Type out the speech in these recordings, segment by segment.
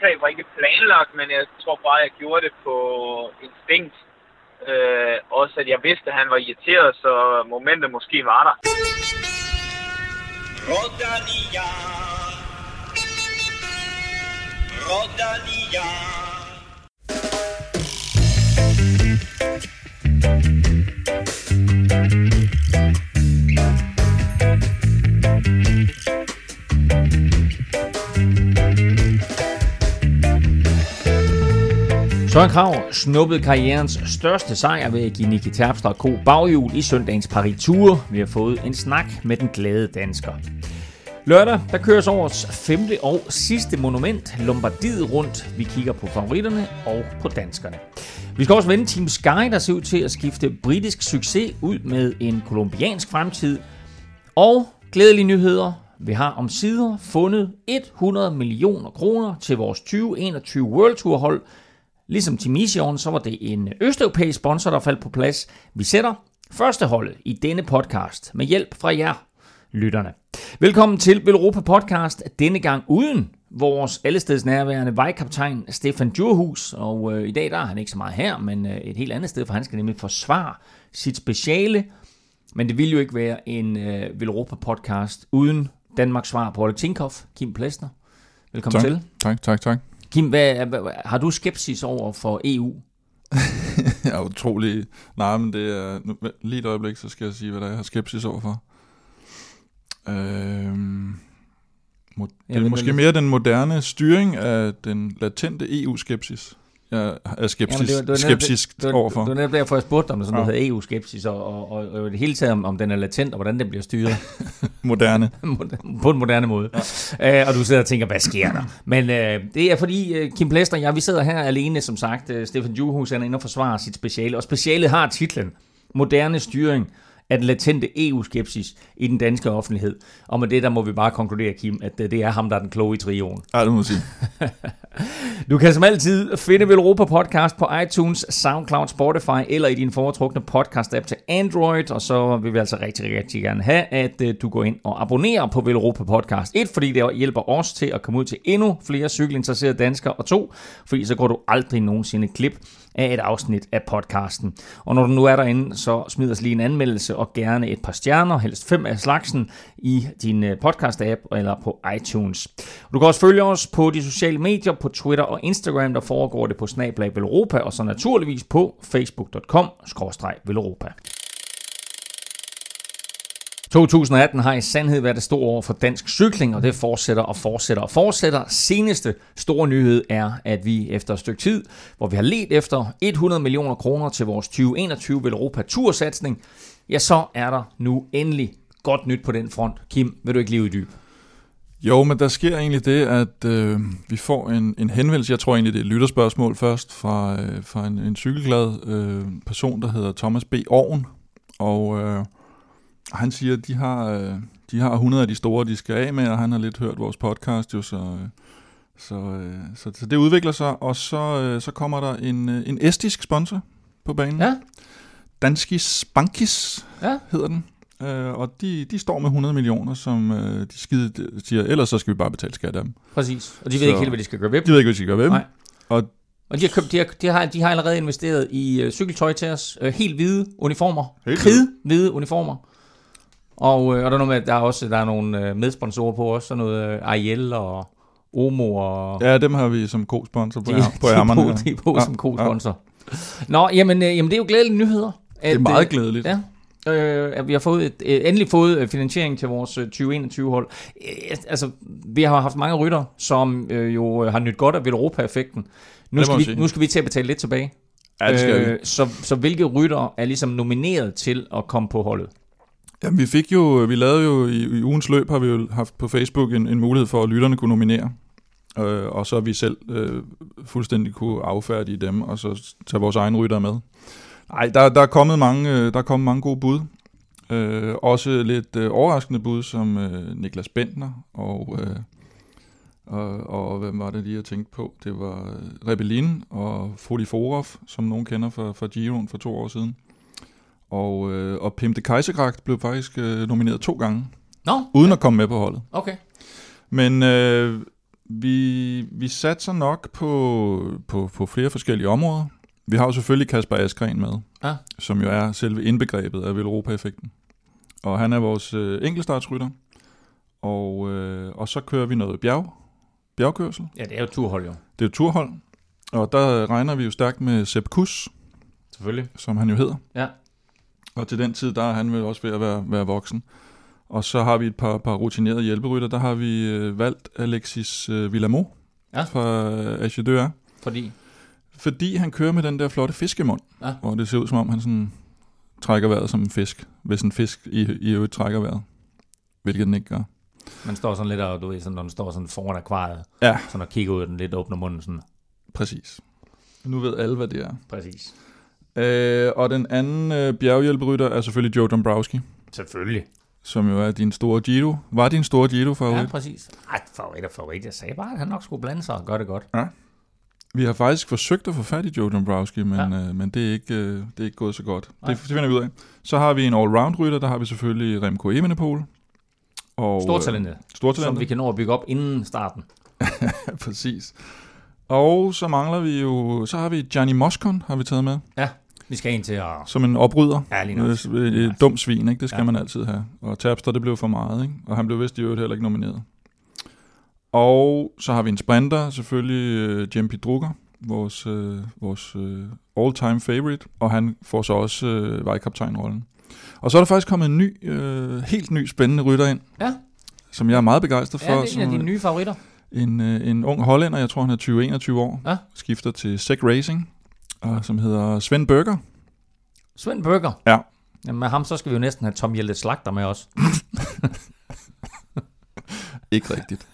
angreb var ikke planlagt, men jeg tror bare, jeg gjorde det på instinkt. Også at jeg vidste, at han var irriteret, så momentet måske var der. Rodalia. Rodalia. Søren Kragh snuppede karrierens største sejr ved at give Nicky Terpstra Co. baghjul i søndagens Paris-Tour. Vi har fået en snak med den glade dansker. Lørdag, der køres årets 5. og sidste monument, Lombardiet rundt. Vi kigger på favoritterne og på danskerne. Vi skal også vende Team Sky, der ser ud til at skifte britisk succes ud med en kolumbiansk fremtid. Og glædelige nyheder. Vi har omsider fundet 100 millioner kroner til vores 2021 World Tour hold. Ligesom Team Ision, så var det en østeuropæisk sponsor, der faldt på plads. Vi sætter førsteholdet i denne podcast med hjælp fra jer, lytterne. Velkommen til Velropa Podcast, denne gang uden vores allesteds nærværende vejkaptajn Stefan Djurhus. Og i dag der er han ikke så meget her, men et helt andet sted, for han skal nemlig forsvare sit speciale. Men det ville jo ikke være en Velropa Podcast uden Danmarks svar på Oleg Tinkoff, Kim Plesner. Velkommen til. Tak. Kim, har du skepsis over for EU? Jeg er utrolig... Nej, men det er... Lige et øjeblik, så skal jeg sige, hvad der er, jeg har skepsis over for. Det er måske mere den moderne styring af den latente EU-skepsis. Jeg er skeptisk overfor. Det var netop derfor, jeg spurgte om det, sådan noget hedder EU-skepsis, og det hele taget om den er latent, og hvordan den bliver styret. Moderne. På en moderne måde. Ja. Og du sidder og tænker, hvad sker der? Men det er fordi, Kim Plesner og vi sidder her alene, som sagt. Stefan Djurhus er inde og forsvarer sit speciale, og specialet har titlen Moderne styring af den latente EU-skepsis i den danske offentlighed. Og med det, der må vi bare konkludere, Kim, at det er ham, der er den kloge i trioen. Ja, det må sige. Du kan som altid finde Velropa Podcast på iTunes, SoundCloud, Spotify eller i din foretrukne podcast-app til Android. Og så vil vi altså rigtig, rigtig gerne have, at du går ind og abonnerer på Velropa Podcast. 1, fordi det hjælper os til at komme ud til endnu flere cykelinteresserede danskere. Og 2, fordi så går du aldrig nogensinde klip af et afsnit af podcasten. Og når du nu er derinde, så smid os lige en anmeldelse og gerne et par stjerner, helst 5 af slagsen, i din podcast-app eller på iTunes. Du kan også følge os på de sociale medier, på Twitter og Instagram, der foregår det på @Velropa, og så naturligvis på facebook.com/Velropa. 2018 har i sandhed været et stort år for dansk cykling, og det fortsætter. Seneste store nyhed er, at vi efter et stykke tid, hvor vi har ledt efter 100 millioner kroner til vores 2021 Velropa Tour-satsning, ja, så er der nu endelig godt nyt på den front. Kim, vil du ikke lige uddybe? Jo, men der sker egentlig det, at vi får en henvendelse, jeg tror egentlig det er et lytterspørgsmål først, fra en cykelglad person, der hedder Thomas B. Orgen, og han siger, at de har 100 af de store, de skal af med, og han har lidt hørt vores podcast, jo, så det udvikler sig, og så kommer der en estisk sponsor på banen. Ja. Danskis Bankis hedder den. Og de står med 100 millioner, som de siger, ellers så skal vi bare betale skat af dem. Præcis, og de ved ikke helt, hvad de skal gøre ved dem. De ved ikke, hvad de skal gøre ved dem. Og de har allerede investeret i cykeltøj til os, helt hvide uniformer, kridhvide uniformer. Og der er noget med, der er nogle medsponsorer på også, sådan noget Ariel og Omo og... Ja, dem har vi som co-sponsor på ærmerne. De er på som co-sponsor. Nå, jamen det er jo glædelige nyheder. Det er meget glædeligt. Ja. At vi har endelig fået finansiering til vores 2021-hold. Altså, vi har haft mange rytter, som jo har nydt godt af Velropa-effekten. Nu skal vi til at betale lidt tilbage. Ja, det skal vi. Så hvilke rytter er ligesom nomineret til at komme på holdet? Jamen, vi lavede jo i ugens løb, har vi jo haft på Facebook en mulighed for, at lytterne kunne nominere. Og så har vi selv fuldstændig kunne affærdige dem, og så tage vores egne rytter med. Nej, der er kommet mange gode bud. Også lidt overraskende bud, som Niklas Bentner og hvem var det lige, jeg tænkte på? Det var Rebellin og Frodi Forov, som nogen kender fra Giroen for 2 år siden. Og Pim de Kaiserkracht blev faktisk nomineret 2 gange, uden at komme med på holdet. Okay. Men Vi satser nok på flere forskellige områder. Vi har jo selvfølgelig Kasper Askren med, som jo er selve indbegrebet af Velropa-effekten. Og han er vores enkeltstartsrytter. Og så kører vi noget bjergkørsel. Ja, det er jo turhold jo. Det er jo turhold. Og der regner vi jo stærkt med Sepp Kuss. Selvfølgelig. Som han jo hedder. Ja. Og til den tid, der er han vel også ved at være voksen. Og så har vi et par rutinerede hjælperytter. Der har vi valgt Alexis Villamot fra Agedeur. Fordi han kører med den der flotte fiskemund. Ja. Og det ser ud som om, han sådan trækker vejret som en fisk. Hvis en fisk i øvrigt trækker vejret. Hvilket den ikke gør. Man står sådan lidt, og du ved, sådan, når den står sådan foran akvariet. Ja. Sådan og kigger ud af den lidt, åbner munden sådan. Præcis. Nu ved alle, hvad det er. Præcis. Og den anden bjerghjælperytter er selvfølgelig Joe Dombrowski. Selvfølgelig. Som jo er din store Giro. Var din store Giro-favorit? Ja, præcis. Favorit. Jeg sagde bare, at han nok skulle blande sig og gøre det godt. Ja. Vi har faktisk forsøgt at få fat i Joe Dombrowski, men det er ikke gået så godt. Det finder vi ud af. Så har vi en all-round-rytter. Der har vi selvfølgelig Remco Evenepoel. Stortalentet. Som vi kan nå at bygge op inden starten. Præcis. Og så mangler vi jo... Så har vi Gianni Moscon, har vi taget med. Ja, vi skal ind til at... Som en oprydder. Ja, lige nok. Et dumt svin, ikke? Det skal man altid have. Og Terpstra, det blev for meget, ikke? Og han blev vist i øvrigt heller ikke nomineret. Og så har vi en sprinter, selvfølgelig Jempi Drucker, vores all-time favorite. Og han får så også vejkaptajnrollen. Og så er der faktisk kommet en ny, helt ny spændende rytter ind. Ja. Som jeg er meget begejstret for. Ja, det er en af dine nye favoritter. En ung hollænder, jeg tror han er 20-21 år, skifter til SEC Racing, som hedder Sven Berger. Sven Berger? Ja. Jamen med ham, så skal vi jo næsten have Tom Hjelte Slagter med os. Ikke rigtigt.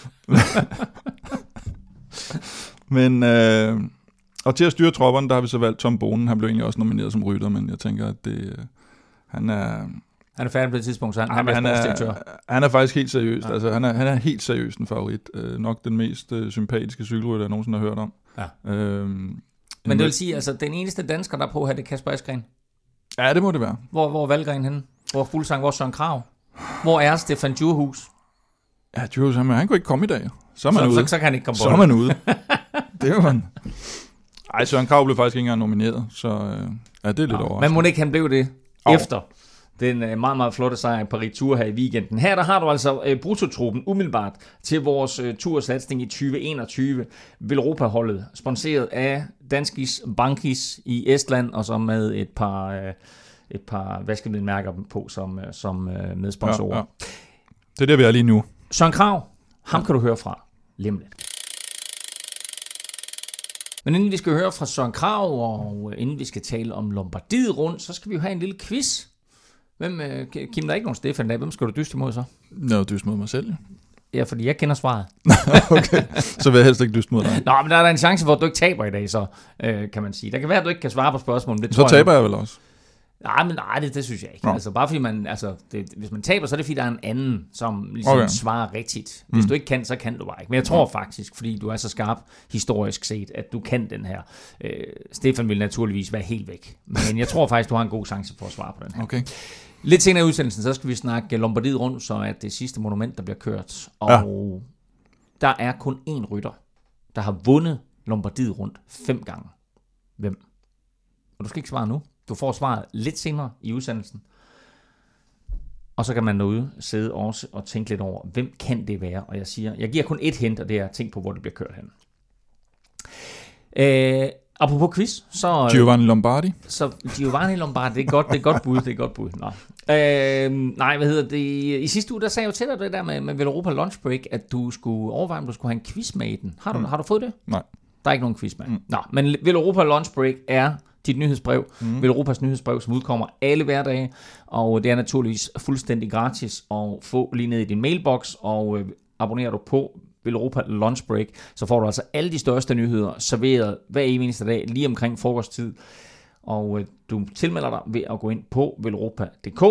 Men, og til at styre tropperne, der har vi så valgt Tom Bonen. Han blev egentlig også nomineret som rytter, men jeg tænker, at han er færdig på et tidspunkt, så han er sportsdirektør. Han er faktisk helt seriøst. Ja. Altså, han er helt seriøst en favorit. Nok den mest sympatiske cykelrytter, jeg nogensinde har hørt om. Ja. Men det vil sige, altså den eneste dansker, der er på her, det er Kasper Askren. Ja, det må det være. Hvor er Valgren henne? Hvor er Fuglsang? Hvor er Søren Kragh? Hvor er Stefan Djurhus? Ja, Djurhus, han kunne ikke komme i dag. Så er man ude. Så kan han ikke komme på. Så er man ude. Det var man. Ej, Søren Kragh blev faktisk ikke engang nomineret, så det er lidt overraskende. Men må ikke han blev det efter den meget, meget flotte sejr i Paris-Tours her i weekenden. Her der har du altså brutotruppen umiddelbart til vores tursatsning i 2021. Velropa-holdet, sponsoreret af Danskis Bankis i Estland, og så med et par vaskemiddelmærker på som medsponsorer. Ja. Det er der, vi er lige nu. Søren Kragh, ham kan du høre fra lige om lidt. Men inden vi skal høre fra Søren Kragh, og inden vi skal tale om Lombardiet rundt, så skal vi jo have en lille quiz. Kim, der er ikke nogen Stefan der. Hvem skal du dyste mod så? Nå, dyste mod mig selv, ja. Ja, fordi jeg kender svaret. Okay, så vil jeg helst ikke dyste mod dig. Nå, men der er en chance for, at du ikke taber i dag, så kan man sige. Der kan være, at du ikke kan svare på spørgsmålet. Så taber jeg vel også. Nej, det synes jeg ikke. Altså, bare fordi hvis man taber, så er det fordi, der er en anden, som ligesom svarer rigtigt. Hvis du ikke kan, så kan du bare ikke. Men jeg tror faktisk, fordi du er så skarp historisk set, at du kan den her. Stefan vil naturligvis være helt væk. Men jeg tror faktisk, du har en god chance for at svare på den her. Okay. Lidt senere i udsendelsen, så skal vi snakke Lombardiet rundt, så er det sidste monument, der bliver kørt. Og der er kun én rytter, der har vundet Lombardiet rundt 5 gange. Hvem? Og du skal ikke svare nu. Du får svaret lidt senere i udsendelsen. Og så kan man derude sidde også og tænke lidt over, hvem kan det være? Og jeg giver kun et hint, og det er tænk på, hvor det bliver kørt hen. Apropos quiz, så... Giovanni Lombardi. Så Giovanni Lombardi, det er godt bud. Nå. Nej, hvad hedder det? I sidste uge, der sagde jeg jo til dig det der med Velropa Lunch Break, at du skulle overveje, om du skulle have en quiz med i den. Har du fået det? Nej. Der er ikke nogen quiz med. Nå, men Velropa Lunch Break er dit nyhedsbrev, Velropas nyhedsbrev, som udkommer alle hverdage, og det er naturligvis fuldstændig gratis at få lige ned i din mailbox, og abonnerer du på Velropa Lunch Break, så får du altså alle de største nyheder serveret hver eneste dag, lige omkring frokosttid, og du tilmelder dig ved at gå ind på velropa.dk,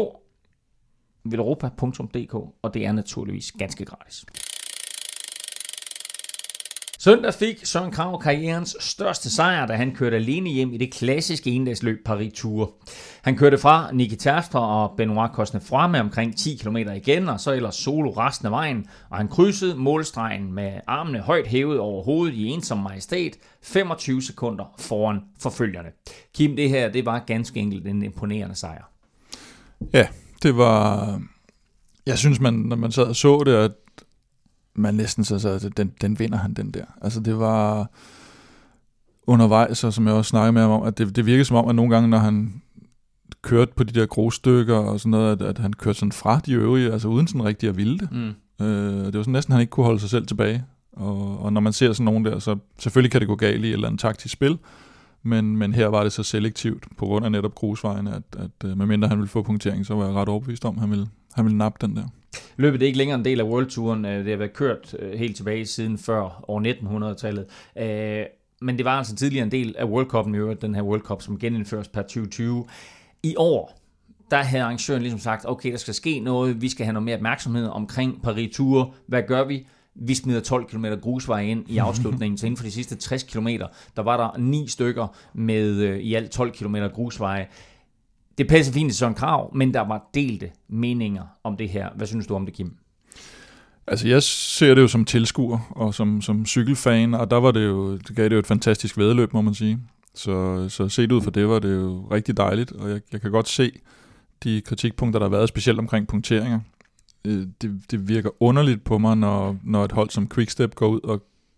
velropa.dk, og det er naturligvis ganske gratis. Søndag fik Søren Kragh karrierens største sejr, da han kørte alene hjem i det klassiske endagsløb Paris-Tours. Han kørte fra Niki Terpstra og Benoît Cosnefroy med omkring 10 km igen, og så ellers solo resten af vejen, og han krydsede målstregen med armene højt hævet over hovedet i ensom majestæt, 25 sekunder foran forfølgerne. Kim, det var ganske enkelt en imponerende sejr. Ja, det var... Jeg synes, når man sad og så det, at man næsten så at den vinder han, den der. Altså det var undervejs, og som jeg også snakkede med ham om, at det virkede som om, at nogle gange, når han kørte på de der grusstykker og sådan noget, at han kørte sådan fra de øvrige, altså uden sådan rigtig at ville det. Det var sådan næsten, han ikke kunne holde sig selv tilbage. Og når man ser sådan nogen der, så selvfølgelig kan det gå galt i et eller andet taktisk spil, men her var det så selektivt, på grund af netop grusvejene, at medmindre han ville få punktering, så var jeg ret overbevist om, at han ville nappe den der. Løbet er ikke længere en del af World Touren. Det har været kørt helt tilbage siden før år 1900-tallet. Men det var altså tidligere en del af World Cup'en i øvrigt, den her World Cup, som genindføres per 2020. I år, der havde arrangøren ligesom sagt, okay, der skal ske noget, vi skal have noget mere opmærksomhed omkring Paris-Tours. Hvad gør vi? Vi smider 12 km grusvej ind i afslutningen, så inden for de sidste 60 km, der var der 9 stykker med i alt 12 km grusveje. Det passer fint til Søren Kragh, men der var delte meninger om det her. Hvad synes du om det, Kim? Altså, jeg ser det jo som tilskuer og som cykelfan, og det gav det jo et fantastisk væddeløb, må man sige. Så set ud for det var det jo rigtig dejligt, og jeg kan godt se de kritikpunkter, der har været, specielt omkring punkteringer. Det virker underligt på mig, når et hold som Quickstep går ud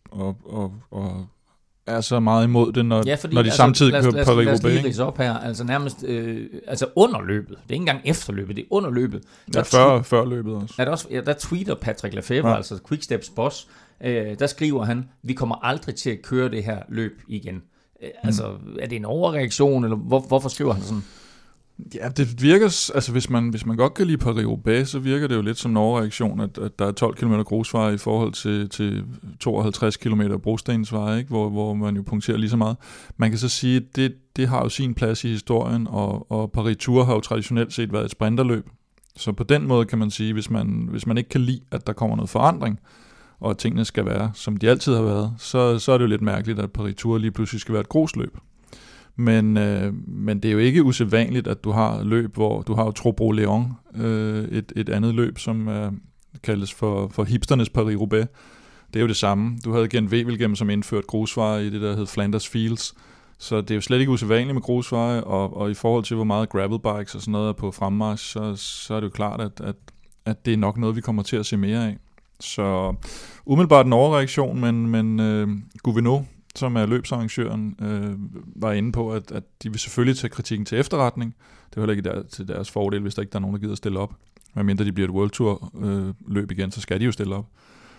og er så meget imod det, når de samtidig kører Paris-Roubaix. Lad os lige ridse op her. Altså nærmest under løbet. Det er ikke engang efter løbet, det er under løbet. Ja, før løbet også. Der tweeter Patrick Lefevre, altså Quicksteps boss, der skriver han, vi kommer aldrig til at køre det her løb igen. Altså, er det en overreaktion, eller hvorfor skriver han sådan? Ja, det virker, altså hvis man godt kan lide Paris-Roubaix, så virker det jo lidt som en overreaktion, at der er 12 km grusveje i forhold til 52 km brostensveje, ikke? Hvor man jo punkterer lige så meget. Man kan så sige, at det har jo sin plads i historien, og Paris-Tours har jo traditionelt set været et sprinterløb. Så på den måde kan man sige, hvis man ikke kan lide, at der kommer noget forandring, og at tingene skal være, som de altid har været, så er det jo lidt mærkeligt, at Paris-Tours lige pludselig skal være et grusløb. Men det er jo ikke usædvanligt, at du har løb, hvor du har jo Trobro-Léon, et andet løb, som kaldes for hipsternes Paris-Roubaix. Det er jo det samme. Du havde igen Wevelgem, som indførte grusveje i det, der hed Flanders Fields. Så det er jo slet ikke usædvanligt med grusveje, og i forhold til, hvor meget gravelbikes og sådan noget er på fremmarch, så er det jo klart, at det er nok noget, vi kommer til at se mere af. Så umiddelbart en overreaktion, men Gouvenaud, som er løbsarrangøren, var inde på, at de vil selvfølgelig tage kritikken til efterretning. Det er heller ikke til deres fordel, hvis der ikke er nogen, der gider at stille op. Medmindre de bliver et World Tour løb igen, så skal de jo stille op.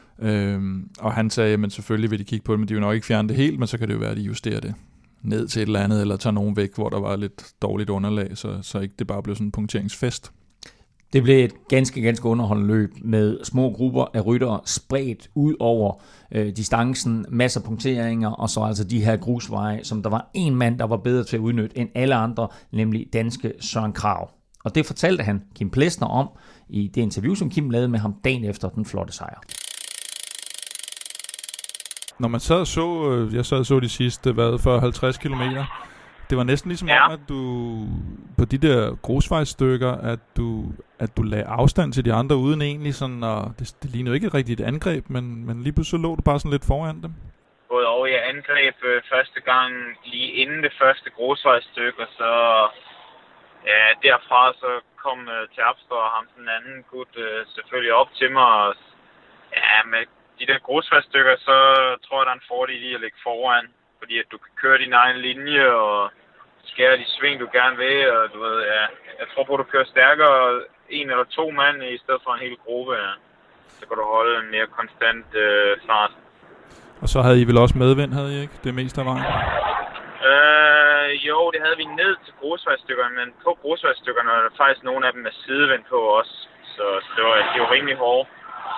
Og han sagde, men selvfølgelig vil de kigge på det, men de vil nok ikke fjerne det helt, men så kan det jo være, at de justerer det ned til et eller andet, eller tager nogen væk, hvor der var lidt dårligt underlag, så ikke det bare blev sådan en punkteringsfest. Det blev et ganske underholdende løb med små grupper af ryttere spredt ud over distancen, masser af punkteringer, og så altså de her grusveje, som der var en mand, der var bedre til at udnytte end alle andre, nemlig danske Søren Kragh. Og det fortalte han Kim Plesner om i det interview, som Kim lavede med ham dagen efter den flotte sejr. Når man jeg sad og så de sidste 40-50 kilometer, det var næsten ligesom om, at du på de der grusvejsstykker, at du lagde afstand til de andre uden egentlig sådan, og det lignede ikke et rigtigt angreb, men lige pludselig lå du bare sådan lidt foran dem. Både og jeg angreb første gang lige inden det første grusvejsstykke, så derfra så kom Terpstra og ham den anden gut selvfølgelig op til mig, og med de der grusvejsstykker, så tror jeg, der er en fordel i at ligge foran. Fordi at du kan køre din egen linje og skære de sving, du gerne vil. Og du ved, jeg tror på, at du kører stærkere en eller to mand i stedet for en hel gruppe. Ja. Så kan du holde en mere konstant fart. Og så havde I vel også medvind, havde I ikke? Det meste af vejen? Jo, det havde vi ned til grusvejsstykkerne, men på grusvejsstykkerne er der faktisk nogle af dem med sidevind på os. Så det var rimelig hårdt.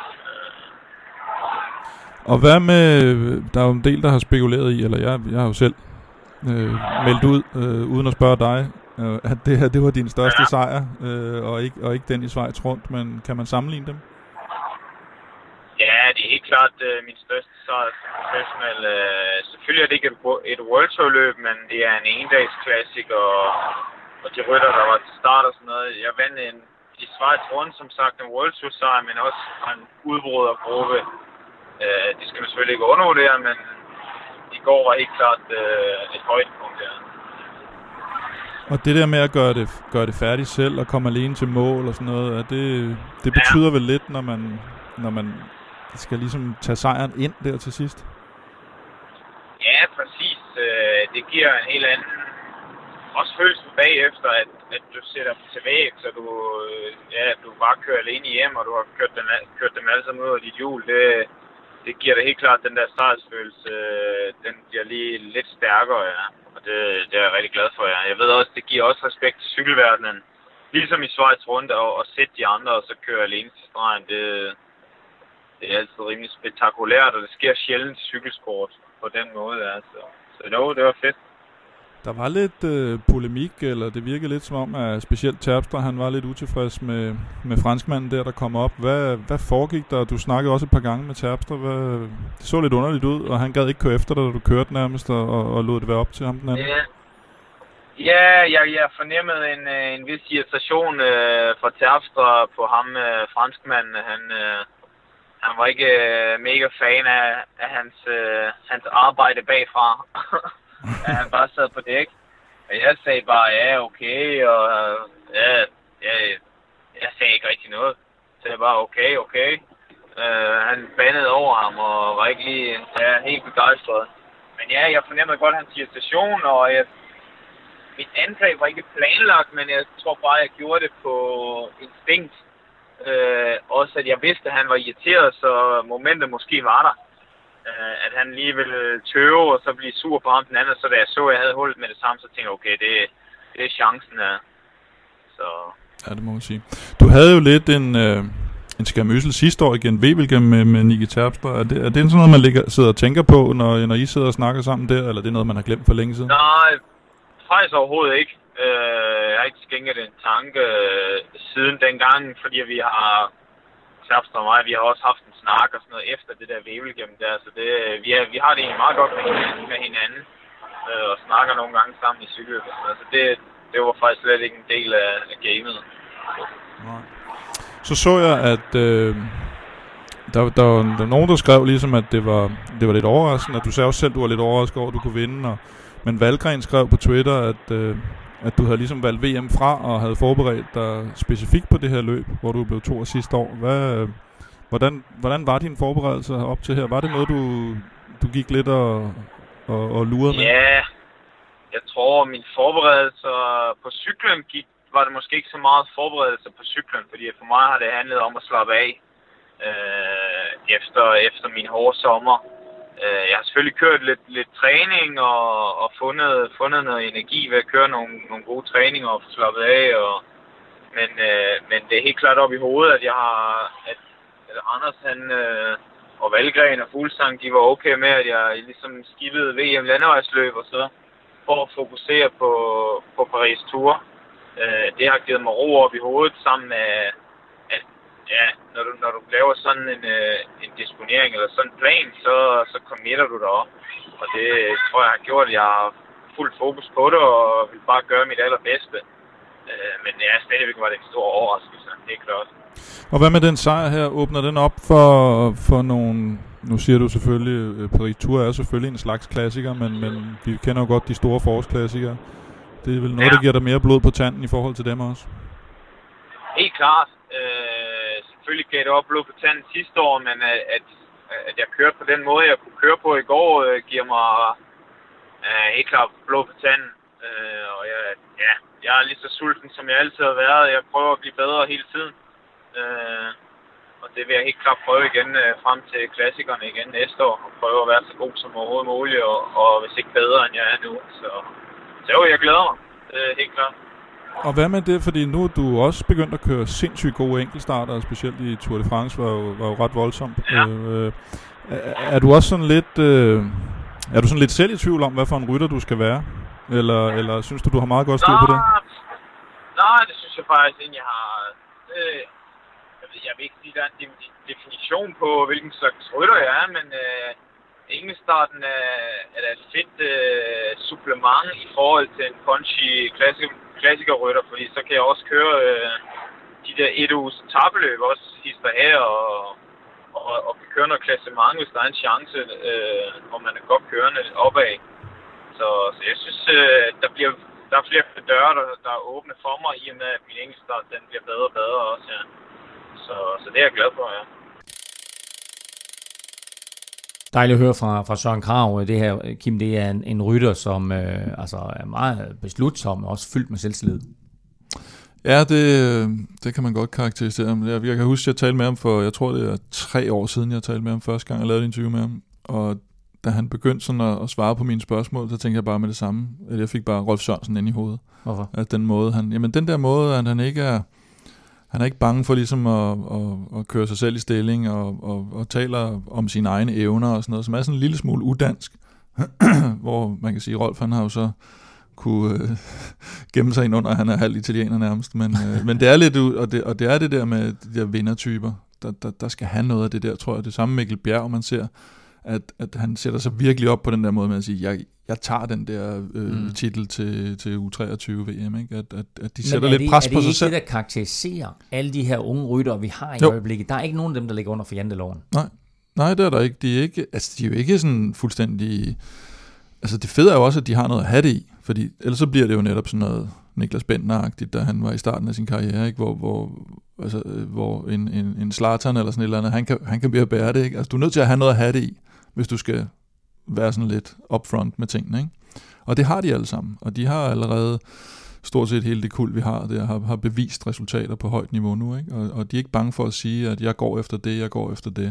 Og hvad med, der er jo en del, der har spekuleret i, eller jeg har jo selv meldt ud, uden at spørge dig, at det her, det var din største sejr, og ikke den i Schweiz rundt, men kan man sammenligne dem? Ja, det er helt klart min største sejr som professionel. Selvfølgelig er det ikke et World Tour løb, men det er en endags classic, og de rytter, der var til start og sådan noget. Jeg vandt i Schweiz rundt, som sagt, en World Tour sejr, men også en udbrydergruppe. Det skal man selvfølgelig ikke undervurdere, men i går var helt klart et højdepunkt der. Og det der med at gøre det færdigt selv og komme alene til mål og sådan noget, det betyder vel lidt, når man skal ligesom tage sejren ind der til sidst? Ja, præcis. Det giver en helt anden også følelsen bagefter, at du sætter dem til væg, så du bare kører alene hjem, og du har kørt dem alle sammen ud af dit hjul. Det giver dig helt klart den der sejrsfølelse, den bliver lige lidt stærkere, ja. Og det er jeg rigtig glad for, ja. Jeg ved også, det giver også respekt til cykelverdenen. Ligesom i Schweiz rundt og sætte de andre, og så køre alene til stregen. Det er altid rimelig spektakulært, og det sker sjældent i cykelsport på den måde, ja. Så det var fedt. Der var lidt polemik, eller det virkede lidt som om, at specielt Terpstra, han var lidt utilfreds med franskmanden der kom op. Hvad foregik der? Du snakkede også et par gange med Terpstra. Det så lidt underligt ud, og han gad ikke køre efter dig, da du kørte nærmest, og lod det være op til ham den anden. Ja, jeg fornemmede en vis irritation fra Terpstra på ham, franskmanden. Han var ikke mega fan af hans arbejde bagfra. Ja, han bare sad på dæk, og jeg sagde bare, ja, okay, og jeg sagde ikke rigtig noget. Så jeg bare, okay. Han bandede over ham, og var ikke lige helt begejstret. Men ja, jeg fornemmede godt hans irritation, og mit angreb var ikke planlagt, men jeg tror bare, jeg gjorde det på instinkt. Også at jeg vidste, at han var irriteret, så momentet måske var der. At han lige ville tøve og så blive sur på ham den anden, så da jeg jeg havde hullet med det samme, så tænkte jeg, okay, det er chancen. Så. Ja, det må man sige. Du havde jo lidt en skærmyssel sidste år igen, Wevelgem med Niki Terpstra. Er det sådan noget, man sidder og tænker på, når I sidder og snakker sammen der, eller er det noget, man har glemt for længe siden? Nej, faktisk overhovedet ikke. Jeg har ikke skænket en tanke siden dengang, fordi vi har Terpstra og mig, vi har også haft en snak og sådan noget efter det der Wevelgem der, så vi har det egentlig meget godt med hinanden og snakker nogle gange sammen i cykel og sådan noget, så det var faktisk slet ikke en del af gamet. Nej. Så jeg, at der var nogen, der skrev ligesom, at det var lidt overraskende, at du sagde også selv, at du var lidt overrasket over, at du kunne vinde, men Valgren skrev på Twitter, at du havde ligesom valgt VM fra og havde forberedt dig specifikt på det her løb, hvor du blev 2 sidste år. Hvordan var din forberedelse op til her? Var det noget, du gik lidt og lurede med? Ja, jeg tror, min forberedelse på cyklen var det måske ikke så meget forberedelse på cyklen, fordi for mig har det handlet om at slappe af efter min hårde sommer. Jeg har selvfølgelig kørt lidt træning og fundet noget energi ved at køre nogle gode træninger og få slappet af. Men det er helt klart op i hovedet, at Anders og Valgren og Fuglsang, de var okay med, at jeg ligesom skippede VM landevejsløb og så for at fokusere på Paris Tour. Det har givet mig ro op i hovedet sammen med, at ja, når du laver sådan en disponering eller sådan en plan, så committer du dig op. Og det tror jeg har gjort, at jeg har fuld fokus på det og vil bare gøre mit allerbedste. Men ja, stadigvæk var det en stor overraskelse, det er klart. Og hvad med den sejr her? Åbner den op for nogle... Nu siger du selvfølgelig, Paris Tour er selvfølgelig en slags klassiker, men vi kender jo godt de store forårsklassikere. Det er vel noget, der giver dig mere blod på tanden i forhold til dem også? Helt klart. Selvfølgelig gav det op blod på tanden sidste år, men at jeg kørte på den måde, jeg kunne køre på i går, giver mig helt klart blod på tanden. Og jeg er lige så sulten, som jeg altid har været. Jeg prøver at blive bedre hele tiden. Og det vil jeg helt klart prøve igen frem til klassikerne igen næste år. Og prøve at være så god som overhovedet muligt, og hvis ikke bedre, end jeg er nu. Så jo, jeg glæder mig. Helt klart. Og hvad med det? Fordi nu er du også begyndt at køre sindssygt gode enkeltstarter, specielt i Tour de France var jo ret voldsomt. Ja. Er du også sådan lidt... er du sådan lidt selv i tvivl om, hvad for en rytter du skal være? Eller synes du har meget godt styr på det? Nej, det synes jeg faktisk ikke, jeg har... jeg vil ikke sige, at der er en definition på, hvilken slags rytter jeg er, men enkeltstarten er da et fedt supplement i forhold til en punchy klassikerrytter, fordi så kan jeg også køre de der 1 uges tabeløb også hister her, og kan køre noget klassement, hvis der er en chance, og man er godt kørende opad. Så jeg synes, der er flere døre, der er åbne for mig, i og med, at min enkeltstart, den bliver bedre og bedre også, ja. Så det er jeg glad for, ja. Dejligt at høre fra Søren Kragh. Det her, Kim, det er en rytter, som er meget beslutsom og også fyldt med selvtillid. Ja, det kan man godt karakterisere. Jeg kan huske, at jeg talte med ham for, jeg tror det er 3 år siden, jeg talte med ham første gang, jeg lavede et interview med ham. Og da han begyndte sådan at svare på mine spørgsmål, så tænkte jeg bare med det samme, at jeg fik bare Rolf Sørensen ind i hovedet. Hvorfor? At den måde, den der måde, at han ikke er ikke bange for ligesom at køre sig selv i stilling og taler om sine egne evner og sådan noget, som er sådan en lille smule udansk, hvor man kan sige, Rolf han har jo så kunne gemme sig ind under, at han er halv italiener nærmest, men det er lidt og det er det der med de der vindertyper, der skal have noget af det der, tror jeg. Det samme Mikkel Bjerg, man ser, at han sætter sig virkelig op på den der måde med at sige, jeg tager den der titel til U23 VM, ikke? At de sætter lidt pres på sig selv. Er det ikke det, der karakteriserer alle de her unge ryttere, vi har i øjeblikket? Der er ikke nogen af dem, der ligger under for janteloven. Nej, det er der ikke. De er jo ikke sådan fuldstændig. Altså det fede er jo også, at de har noget at have det i, fordi ellers så bliver det jo netop sådan noget Niklas Bentner-agtigt, da han var i starten af sin karriere, ikke? Hvor en Zlatan eller sådan et eller andet, han kan bære det, ikke? Altså du er nødt til at have noget at have det i, hvis du skal være sådan lidt upfront med tingene, ikke? Og det har de alle sammen, og de har allerede stort set hele det kuld, vi har, der har bevist resultater på højt niveau nu, ikke? Og de er ikke bange for at sige, at jeg går efter det, jeg går efter det.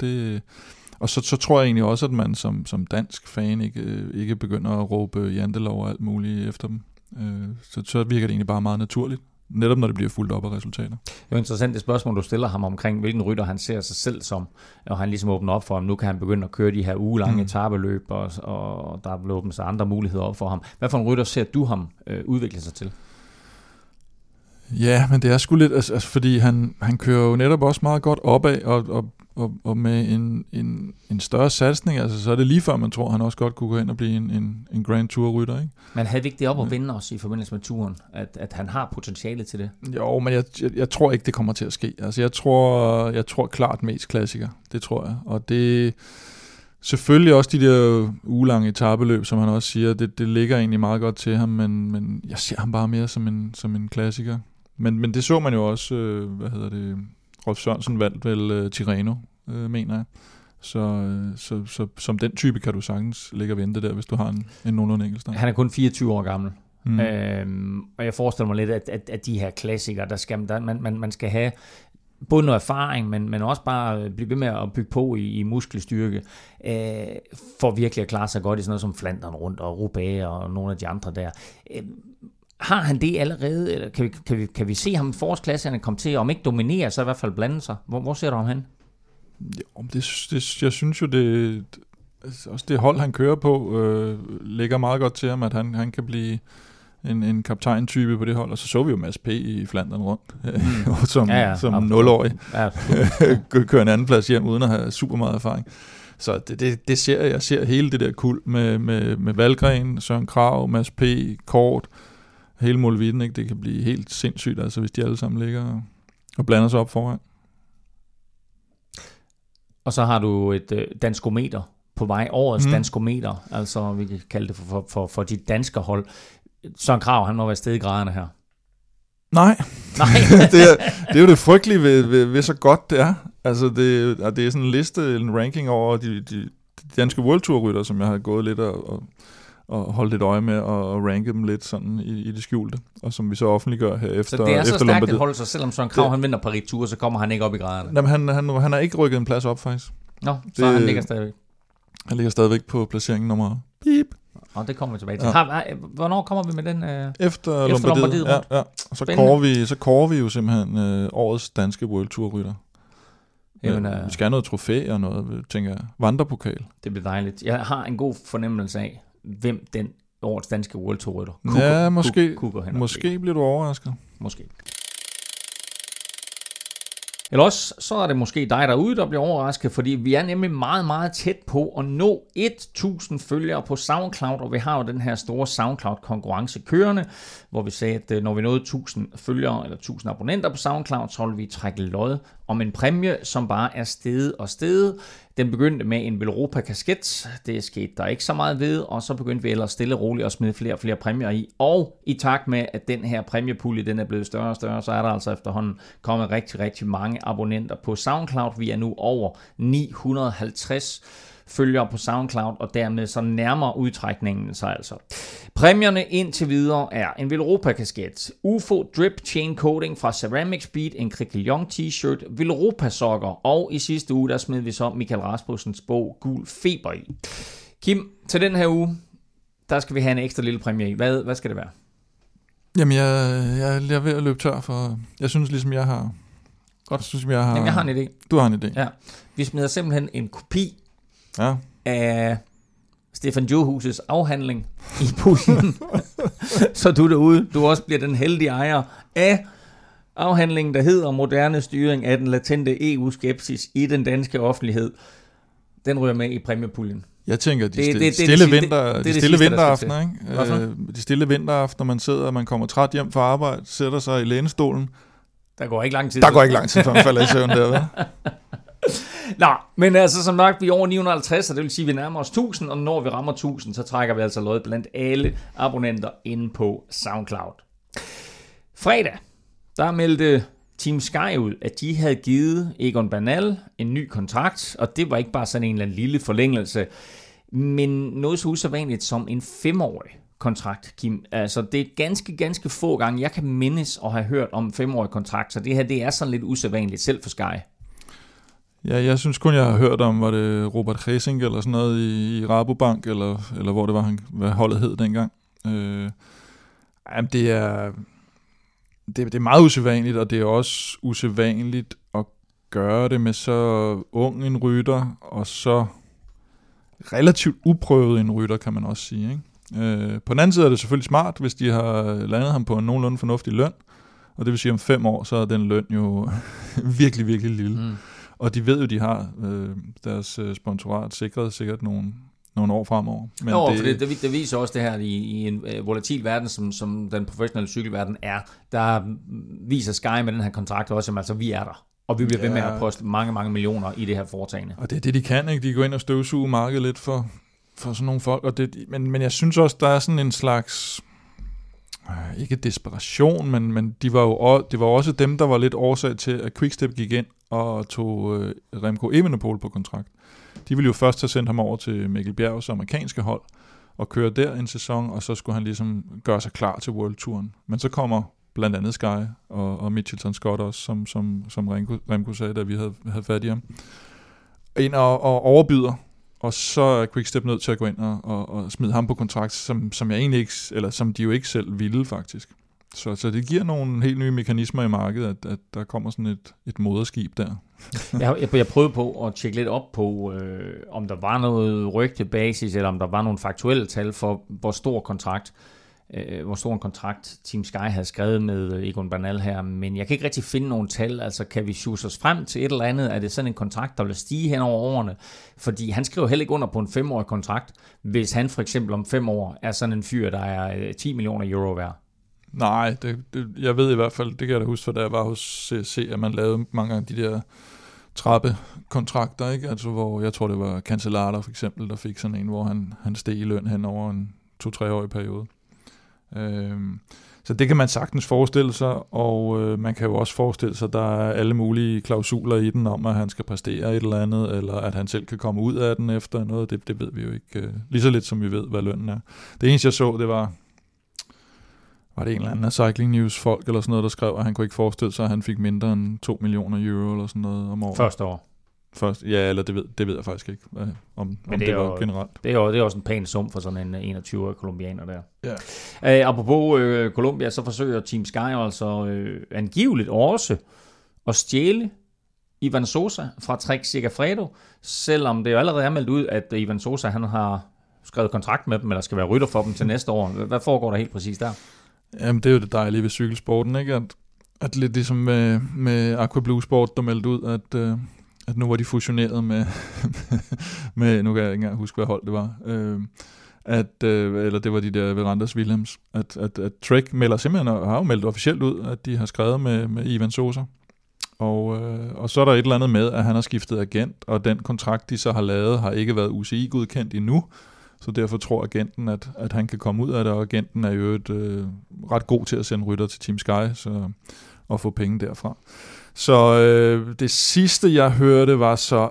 Og så tror jeg egentlig også, at man som dansk fan ikke begynder at råbe jantelov og alt muligt efter dem. Så virker det egentlig bare meget naturligt. Netop når det bliver fuldt op af resultater. Det er jo interessant det spørgsmål, du stiller ham omkring, hvilken rytter han ser sig selv som, og han ligesom åbner op for ham. Nu kan han begynde at køre de her ugelange etapeløb, og der er åbnet sig andre muligheder op for ham. Hvad for en rytter ser du ham udvikle sig til? Ja, men det er sgu lidt, altså fordi han kører jo netop også meget godt opad, og med en større satsning, altså så er det lige før, man tror, han også godt kunne gå ind og blive en Grand Tour-rytter, ikke? Men havde vi ikke det op at vinde os i forbindelse med turen, at han har potentiale til det? Jo, men jeg tror ikke, det kommer til at ske. Altså jeg tror klart mest klassiker, det tror jeg. Og det selvfølgelig også de der ugelange etapeløb, som han også siger, det ligger egentlig meget godt til ham, men jeg ser ham bare mere som en klassiker. Men det så man jo også, Rolf Sørensen valgte vel Tirreno, mener jeg. Så som den type kan du sagtens ligge og vente der, hvis du har en nogenlunde enkeltstart. Han er kun 24 år gammel. Og jeg forestiller mig lidt, at de her klassikere, man skal have både noget erfaring, men også bare blive ved med at bygge på i muskelstyrke, for virkelig at klare sig godt i sådan noget som Flandern rundt og Roubaix og nogle af de andre der. Har han det allerede, eller kan vi se ham i forårsklasserne komme til, om ikke dominere, så i hvert fald blande sig? Hvor ser du ham hen? Jo, jeg synes jo, også det hold, han kører på, ligger meget godt til ham, at han kan blive en kaptajntype på det hold, og så vi jo Mads P. i Flandern rundt, som 0-årig, kører en anden plads hjem, uden at have super meget erfaring. Så det ser jeg ser hele det der kuld med Valgren, Søren Kragh, Mads P., Kort, hele muligheden, ikke? Det kan blive helt sindssygt, altså hvis de alle sammen ligger og blander sig op foran. Og så har du et danskometer på vej, årets danskometer, altså vi kan kalde det for dit danske hold. Søren Kragh, han må være stedigraderne her. Nej. det er jo det frygtelige ved så godt det er. Altså det er sådan en liste, en ranking over de danske World Tour rytter, som jeg har gået lidt og holdt lidt øje med og ranke dem lidt sådan i det skjulte, og som vi så offentliggør her efter. Så det er så stærkt et hold, så selvom Søren Kragh han vinder Paris Tour, så kommer han ikke op i graderne. Jamen, han har ikke rykket en plads op faktisk. Nå, så han ligger stadigvæk. Han ligger stadigvæk på placeringen nummer beep. Og det kommer vi tilbage til. Ja. Hvornår kommer vi med den? Efter Lombardiet. Ja. Så kårer vi jo simpelthen årets danske World Tour rytter. Jamen, vi skal have noget trofæ og noget, tænker jeg, vandrepokal. Det bliver dejligt. Jeg har en god fornemmelse af, hvem den årets danske World Tour rytter måske bliver du overrasket. Måske. Eller også, så er det måske dig derude, der bliver overrasket, fordi vi er nemlig meget, meget tæt på at nå 1000 følgere på SoundCloud, og vi har jo den her store SoundCloud-konkurrence kørende, hvor vi sagde, at når vi nåede 1000 følgere eller 1000 abonnenter på SoundCloud, så vil vi trække lod om en præmie, som bare er steget og steget. Den begyndte med en Velropa-kasket, det skete der ikke så meget ved, og så begyndte vi ellers stille og roligt at smide flere og flere præmier i. Og i takt med, at den her præmiepulje den er blevet større og større, så er der altså efterhånden kommet rigtig, rigtig mange abonnenter på SoundCloud. Vi er nu over 950 følgere på SoundCloud, og dermed så nærmer udtrækningen sig altså. Præmierne indtil videre er en Velropa-kasket, UFO Drip Chain Coating fra Ceramic Speed, en Krikilion t-shirt, Velropa-sokker, og i sidste uge, der smed vi så Michael Rasmussens bog Gul Feber i. Kim, til den her uge, der skal vi have en ekstra lille præmie i. Hvad skal det være? Jamen, jeg er ved at løbe tør, for jeg synes ligesom, jeg har... Godt. Jamen, jeg har en idé. Du har en idé? Ja. Vi smider simpelthen en kopi ja. af Stefan Johus' afhandling i puljen, så du derude, du også bliver den heldige ejer af afhandlingen, der hedder Moderne styring af den latente EU-skepsis i den danske offentlighed. Den ryger med i præmiepuljen. Jeg tænker, de stille vinteraftener, ikke? De stille vinteraftener, man sidder, og man kommer træt hjem fra arbejde, sætter sig i lænestolen. Der går ikke lang tid. Før man falder i søvn der, hvad? Nå, men altså som nok, vi er over 950, så det vil sige, at vi nærmer os 1000, og når vi rammer 1000, så trækker vi altså lod blandt alle abonnenter inde på SoundCloud. Fredag, der meldte Team Sky ud, at de havde givet Egon Bernal en ny kontrakt, og det var ikke bare sådan en eller anden lille forlængelse, men noget så usædvanligt som en 5-årig kontrakt, Kim. Altså, det er ganske få gange, jeg kan mindes at have hørt om 5-årig kontrakt, så det her, det er sådan lidt usædvanligt, selv for Sky. Ja, jeg synes kun, jeg har hørt om, var det Robert Græsing eller sådan noget i Rabobank, eller hvor det var, hvad holdet hed dengang. Det er meget usædvanligt, og det er også usædvanligt at gøre det med så ung en rytter, og så relativt uprøvet en rytter, kan man også sige, ikke? På den anden side er det selvfølgelig smart, hvis de har landet ham på en nogenlunde fornuftig løn, og det vil sige, om 5 år, så er den løn jo virkelig, virkelig lille. Mm. Og de ved jo, de har deres sponsorat sikret sikkert nogle år fremover. Men det viser også det her i en volatil verden, som den professionelle cykelverden er. Der viser Sky med den her kontrakt også, altså vi er der. Og vi bliver ved med at poste mange millioner i det her foretagende. Og det er det, de kan, ikke? De går ind og støvsuger markedet lidt for sådan nogle folk. Og men jeg synes også, der er sådan en slags... ikke desperation, men det var også dem, der var lidt årsag til, at Quickstep gik ind og tog Remco Evenepoel på kontrakt. De ville jo først have sendt ham over til Mikkel Bjergs amerikanske hold og køre der en sæson, og så skulle han ligesom gøre sig klar til World Touren. Men så kommer blandt andet Sky og Mitchelton Scott også, som Remco sagde, da vi havde fat i ham, ind og overbyder. Og så er Quickstep nødt til at gå ind og smide ham på kontrakt, som jeg egentlig ikke, eller som de jo ikke selv ville faktisk. Så det giver nogle helt nye mekanismer i markedet, at der kommer sådan et moderskib der. Jeg prøvede på at tjekke lidt op på, om der var noget rygtebasis, eller om der var nogle faktuelle tal for, hvor stor en kontrakt Team Sky havde skrevet med Egon Bernal her, men jeg kan ikke rigtig finde nogle tal. Altså, kan vi sjuse os frem til et eller andet? Er det sådan en kontrakt, der vil stige hen over årene? Fordi han skriver heller ikke under på en 5-årig kontrakt, hvis han for eksempel om 5 år er sådan en fyr, der er 10 millioner euro værd. Nej, jeg ved i hvert fald, det kan jeg da huske, for da jeg var hos CSC, at man lavede mange af de der trappekontrakter, ikke? Altså, hvor jeg tror, det var Cancellara for eksempel, der fik sådan en, hvor han steg i løn hen over en 2-3-årig periode. Så det kan man sagtens forestille sig, og man kan jo også forestille sig, at der er alle mulige klausuler i den om, at han skal præstere et eller andet, eller at han selv kan komme ud af den efter noget. Det ved vi jo ikke. Lige så lidt som vi ved, hvad lønnen er. Det eneste jeg så, det var det en eller anden af Cycling News folk eller sådan noget, der skrev, at han kunne ikke forestille sig, at han fik mindre end 2 millioner euro eller sådan noget om året. Første år. Ja, eller det ved jeg faktisk ikke, om det var generelt. Det er også en pæn sum for sådan en 21-årig kolumbianer der. Ja. Apropos Colombia, så forsøger Team Sky altså angiveligt også at stjæle Ivan Sosa fra Trek Segafredo, selvom det jo allerede er meldt ud, at Ivan Sosa han har skrevet kontrakt med dem, eller skal være rytter for dem til næste år. Hvad foregår der helt præcis der? Jamen, det er jo det dejlige ved cykelsporten, ikke? at lidt ligesom med Aqua Blue Sport, der meldte ud, at nu var de fusioneret med nu kan jeg ikke engang huske, hvad hold det var, eller det var de der Verandas Williams, at Trek melder simpelthen, og har jo meldt officielt ud, at de har skrevet med Ivan Sosa. Og så er der et eller andet med, at han har skiftet agent, og den kontrakt, de så har lavet, har ikke været UCI-godkendt endnu, så derfor tror agenten, at han kan komme ud af det, og agenten er jo ret god til at sende rytter til Team Sky, og få penge derfra. Så det sidste, jeg hørte, var så,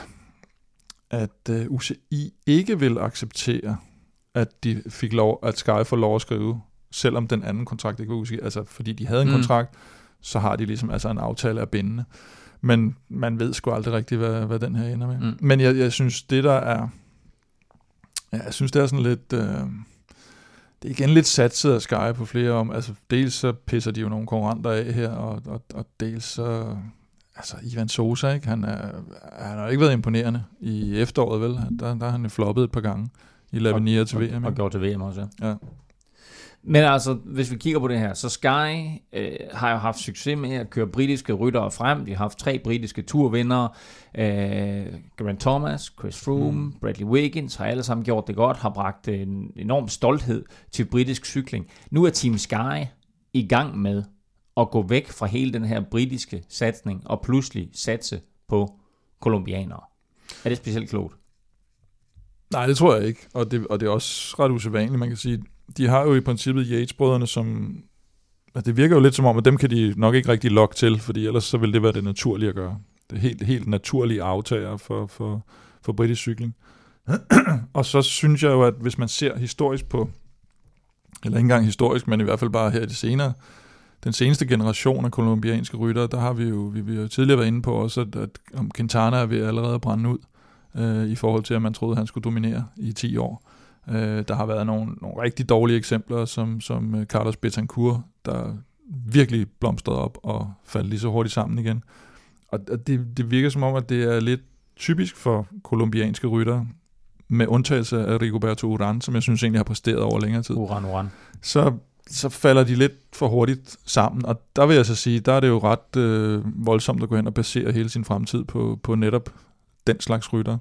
at UCI ikke vil acceptere, at de fik lov, at Sky får lov at skrive, selvom den anden kontrakt ikke var UCI, altså fordi de havde en kontrakt, så har de ligesom altså en aftale af bindende. Men man ved sgu aldrig rigtigt, hvad den her ender med. Men jeg synes, det der er... Jeg synes, det er sådan lidt... det er igen lidt satset af Sky på flere om. Altså, dels så pisser de jo nogle konkurrenter af her, og dels så... Altså, Ivan Sosa, ikke? Han har ikke været imponerende i efteråret, vel? Der har han floppet et par gange i Lavinia til VM. Og gjort til VM også, ja. Men altså, hvis vi kigger på det her, så Sky har jo haft succes med at køre britiske ryttere frem. De har haft 3 britiske turvindere. Geraint Thomas, Chris Froome, Bradley Wiggins har alle sammen gjort det godt, har bragt en enorm stolthed til britisk cykling. Nu er Team Sky i gang med at gå væk fra hele den her britiske satsning og pludselig satse på colombianere. Er det specielt klogt? Nej, det tror jeg ikke. Og det er også ret usædvanligt. Man kan sige, de har jo i princippet Yates-brødrene, som... Det virker jo lidt som om, at dem kan de nok ikke rigtig lokke til, fordi ellers så vil det være det naturlige at gøre. Det er helt naturlige aftager for britisk cykling. Og så synes jeg jo, at hvis man ser historisk på, eller ikke engang historisk, men i hvert fald bare her i det senere, den seneste generation af kolumbianske ryttere, der har vi jo tidligere været inde på også, at Quintana er ved allerede at brænde ud, i forhold til, at man troede, at han skulle dominere i 10 år. Der har været nogle rigtig dårlige eksempler, som Carlos Betancourt, der virkelig blomstrede op og faldt lige så hurtigt sammen igen. Og det virker som om, at det er lidt typisk for kolumbianske ryttere, med undtagelse af Rigoberto Urán, som jeg synes egentlig har præsteret over længere tid. Urán. Så falder de lidt for hurtigt sammen, og der vil jeg så sige, der er det jo ret voldsomt at gå hen og basere hele sin fremtid på netop den slags rytter.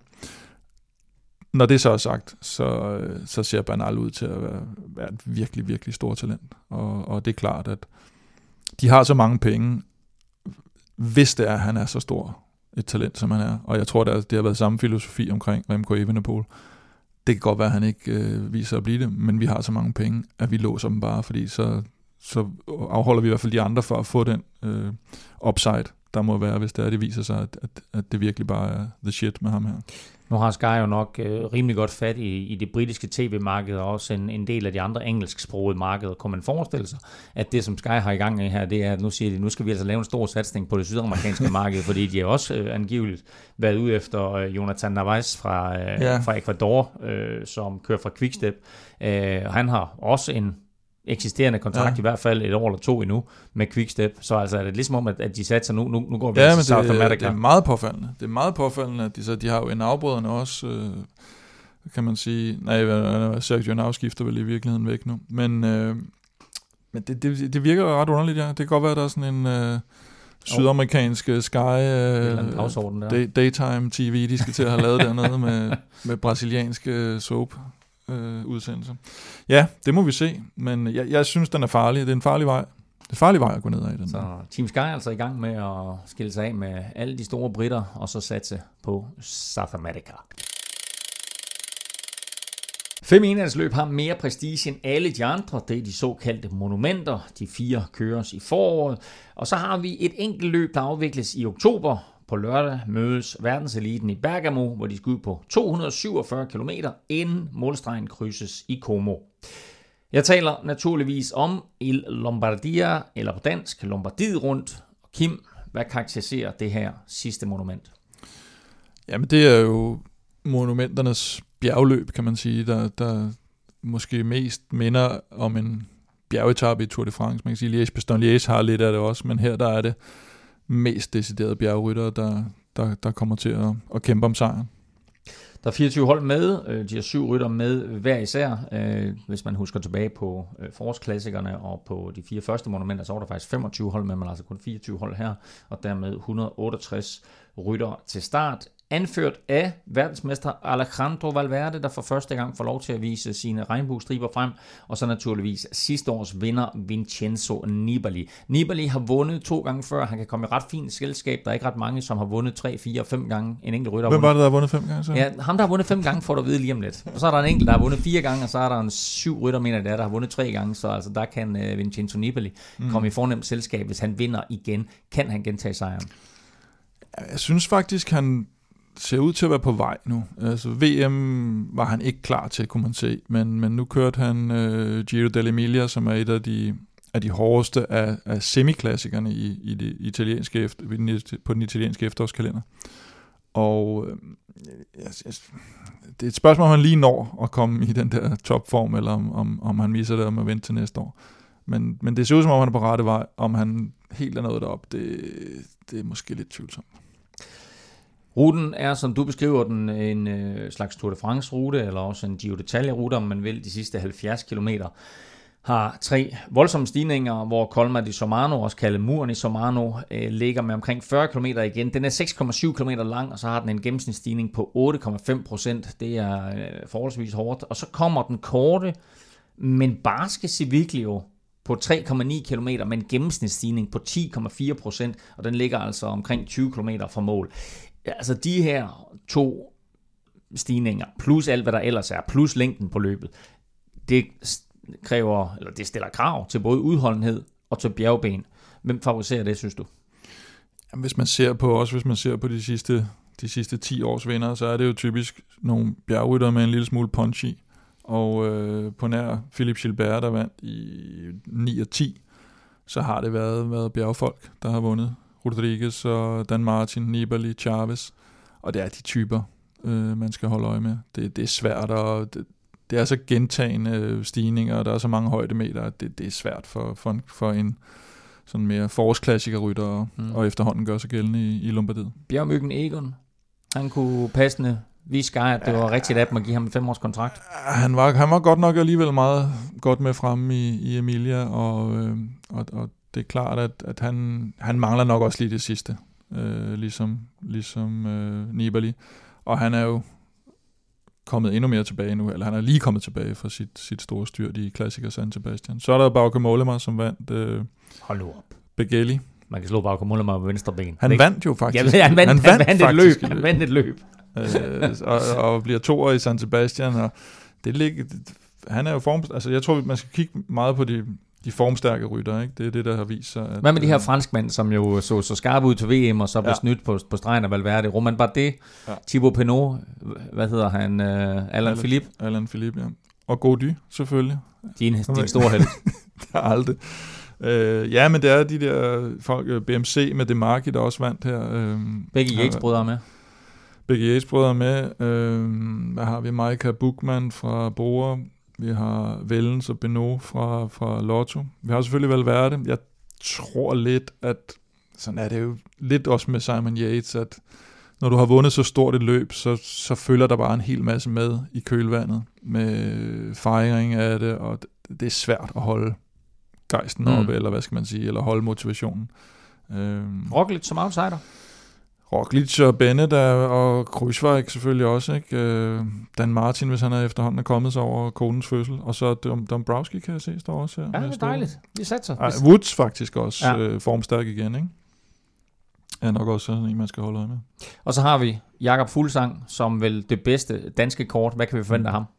Når det så er sagt, så ser Bernal ud til at være et virkelig, virkelig stort talent. Og det er klart, at de har så mange penge, hvis det er, at han er så stor et talent, som han er. Og jeg tror, det har været samme filosofi omkring Remco Evenepoel. Det kan godt være, at han ikke viser at blive det, men vi har så mange penge, at vi låser dem bare, fordi så afholder vi i hvert fald de andre for at få den upside, der må være, hvis det viser sig, at det virkelig bare er the shit med ham her. Nu har Sky jo nok rimelig godt fat i det britiske tv-marked, og også en del af de andre engelsksprogede markeder. Kunne man forestille sig, at det, som Sky har i gang med her, det er, at nu siger de, nu skal vi altså lave en stor satsning på det sydamerikanske marked, fordi de har også angiveligt været ude efter Jonathan Narvaez fra Ecuador, som kører fra Quickstep. Han har også en eksisterende kontrakt, i hvert fald 1 år eller 2 endnu, med Quickstep. Så altså er det ligesom om, at de satser nu går vi til South America. Det er meget påfaldende. Det er meget påfaldende, at de har jo en afbryderne også, kan man sige. Nej, Sergio Henao skifter vel i virkeligheden væk nu. Men det virker ret underligt, ja. Det kan godt være, at der er sådan en sydamerikansk Sky daytime TV, de skal til at have lavet dernede med brasilianske soap udsendelser. Ja, det må vi se, men jeg synes, den er farlig. Det er en farlig vej. Det er en farlig vej at gå ned ad i den. Så Team Sky er altså i gang med at skille sig af med alle de store britter, og så satse på South America. 5 enhedsløb har mere prestige end alle de andre. Det er de såkaldte monumenter. De 4 køres i foråret. Og så har vi et enkelt løb, der afvikles i oktober. På lørdag mødes verdenseliten i Bergamo, hvor de skal ud på 247 km, inden målstregen krydses i Como. Jeg taler naturligvis om Il Lombardia, eller på dansk Lombardiet rundt. Kim, hvad karakteriserer det her sidste monument? Jamen det er jo monumenternes bjergløb, kan man sige, der måske mest minder om en bjergetape i Tour de France. Man kan sige, Liège-Bastogne-Liège har lidt af det også, men her der er det mest deciderede bjergryttere, der kommer til at kæmpe om sejren. Der er 24 hold med. De har 7 rytter med hver især. Hvis man husker tilbage på forårsklassikerne og på de 4 første monumenter, så var der faktisk 25 hold med, men altså kun 24 hold her, og dermed 168 rytter til start. Anført af verdensmester Alejandro Valverde, der for første gang får lov til at vise sine regnbuestriber frem, og så naturligvis sidste års vinder Vincenzo Nibali. Nibali har vundet 2 gange før, han kan komme i ret fint selskab, der er ikke ret mange, som har vundet 3, 4, 5 gange, en enkelt rytter. Hvem var det, der har vundet 5 gange så? Ja, ham der har vundet 5 gange, får du at vide lige om lidt. Og så er der en enkelt, der har vundet 4 gange, og så er der en 7 rytter, mener det er, der har vundet 3 gange, så altså der kan Vincenzo Nibali komme i fornemt selskab, hvis han vinder igen, kan han gentage sejren. Jeg synes faktisk, han ser ud til at være på vej nu. Altså VM var han ikke klar til, kunne man se, men nu kørte han Giro dell'Emilia, som er et af de hårdeste af semiklassikerne i det italienske på den italienske efterårskalender. Og det er et spørgsmål, om han lige når at komme i den der topform, eller om han viser det om at vente til næste år. Men det ser ud som om, han er på rette vej. Om han helt er nået derop, det er måske lidt tvivlsomt. Ruten er, som du beskriver den, en slags Tour de France-rute, eller også en Giro d'Italia-rute, om man vil, de sidste 70 kilometer. Har 3 voldsomme stigninger, hvor Colma di Sormano, også kaldet Muren i Sormano, ligger med omkring 40 km igen. Den er 6,7 km lang, og så har den en gennemsnitsstigning på 8,5%. Det er forholdsvis hårdt. Og så kommer den korte, men barske Civiglio på 3,9 km med en gennemsnitsstigning på 10,4%, og den ligger altså omkring 20 km fra mål. Altså de her 2 stigninger, plus alt hvad der ellers er, plus længden på løbet, det stiller krav til både udholdenhed og til bjergben. Hvem favoriserer det, synes du? Jamen, hvis man ser på de sidste 10 års vinder, så er det jo typisk nogle bjergryttere med en lille smule punch i. Og på nær Philip Gilbert, der vandt i 9 og 10, så har det været bjergfolk, der har vundet. Rodriguez og Dan Martin, Nibali, Chavez. Og det er de typer, man skal holde øje med. Det er svært, og det er så gentagende stigninger, og der er så mange højdemeter, at det er svært for en sådan mere forårsklassikerrytter og efterhånden gør sig gældende i Lombardiet. Bjergmyggen Egon, han kunne passende vise Sky, at det var rigtigt af dem at give ham en 5-års kontrakt. Han var godt nok alligevel meget godt med fremme i Emilia, og det er klart, at han mangler nok også lige det sidste, ligesom Nibali. Og han er jo kommet endnu mere tilbage nu, eller han er lige kommet tilbage fra sit store styrt i Klassiker San Sebastian. Så er der Bauke Mollema, som vandt Hold nu op. Beghelli. Man kan slå Bauke Mollema på venstre ben. Han vandt jo faktisk. Ja, han vandt et løb. Og bliver 2'er i San Sebastian, og han er jo altså jeg tror, man skal kigge meget på de formstærke rytter, ikke? Det er det, der har vist sig. Hvad med de her franskmænd, som jo så skarpe ud til VM, og så blev snydt på stregen af Valverde? Romain Bardet, Thibaut Pinot, hvad hedder han? Alain Philippe, ja. Og Gaudu, selvfølgelig. Din store held. Der er aldrig. Ja, men det er de der folk, BMC med Demarchi, der også vandt her. Begge Yates-brødre med. Hvad har vi? Maika Buchmann fra Bora. Vi har Wellens og Benoit fra Lotto. Vi har selvfølgelig Valverde. Jeg tror lidt, at sådan er det jo lidt også med Simon Yates, at når du har vundet så stort et løb, så følger der bare en hel masse med i kølvandet med fejring af det, og det er svært at holde gejsten oppe, eller hvad skal man sige, eller holde motivationen. Roglic som outsider? Roglic og Bennett og Kruijswijk selvfølgelig også, ikke? Dan Martin, hvis han er efterhånden kommet sig over konens fødsel, og så Dombrowski kan jeg se, står også her. Ja, det er dejligt. Vi satser. Woods faktisk også formstærk igen, ikke? Er nok også sådan en, man skal holde øje med. Og så har vi Jakob Fuglsang, som vel det bedste danske kort. Hvad kan vi forvente af ham?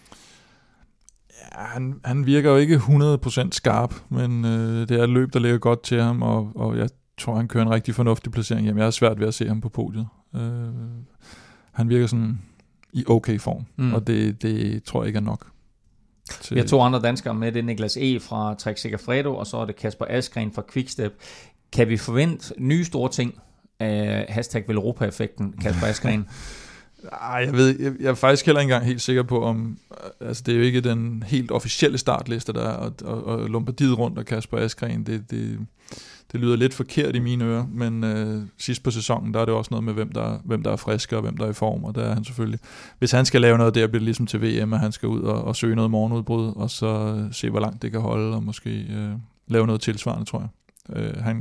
Ja, han virker jo ikke 100% skarp, men det er et løb, der ligger godt til ham, og jeg tror, han kører en rigtig fornuftig placering. Jamen, jeg er svært ved at se ham på podiet. Han virker sådan i okay form, og det tror jeg ikke er nok. Vi har 2 andre danskere med. Det er Niklas E. fra Trek Segafredo, og så er det Kasper Askren fra Quickstep. Kan vi forvente nye store ting af #Velropa-effekten, Kasper Askren? Jeg er faktisk heller ikke engang helt sikker på, om altså det er jo ikke den helt officielle startliste, der er, og Lombardiet rundt og Kasper Asgreen, det lyder lidt forkert i mine ører, men sidst på sæsonen, der er det også noget med, hvem der er friske og hvem der er i form, og der er han selvfølgelig. Hvis han skal lave noget der, bliver det ligesom til VM, at han skal ud og søge noget morgenudbrud, og så se, hvor langt det kan holde, og måske lave noget tilsvarende, tror jeg.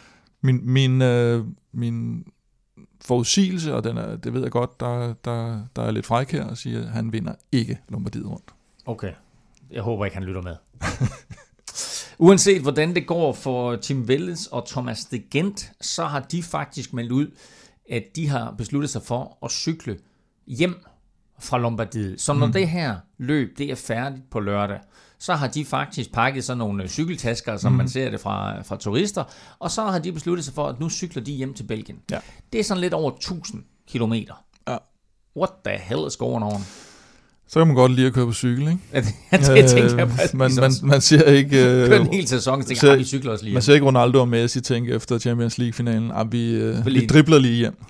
Min forudsigelse, og det ved jeg godt, der er lidt fræk her, og siger, at han vinder ikke Lombardiet rundt. Okay. Jeg håber ikke, han lytter med. Uanset hvordan det går for Tim Wellens og Thomas de Gendt, så har de faktisk meldt ud, at de har besluttet sig for at cykle hjem fra Lombardiet. Så når det her løb det er færdigt på lørdag, så har de faktisk pakket sådan nogle cykeltasker, som man ser det fra turister, og så har de besluttet sig for, at nu cykler de hjem til Belgien. Ja. Det er sådan lidt over 1000 kilometer. Ja. What the hell is going on? Så kan man godt lide at køre på cykel, ikke? Det tænker jeg præcis man ser ikke... Kører en hel sæson, så tænker vi cykler os lige hjem. Man ser ikke Ronaldo og Messi tænke efter Champions League-finalen, vi dribler lige hjem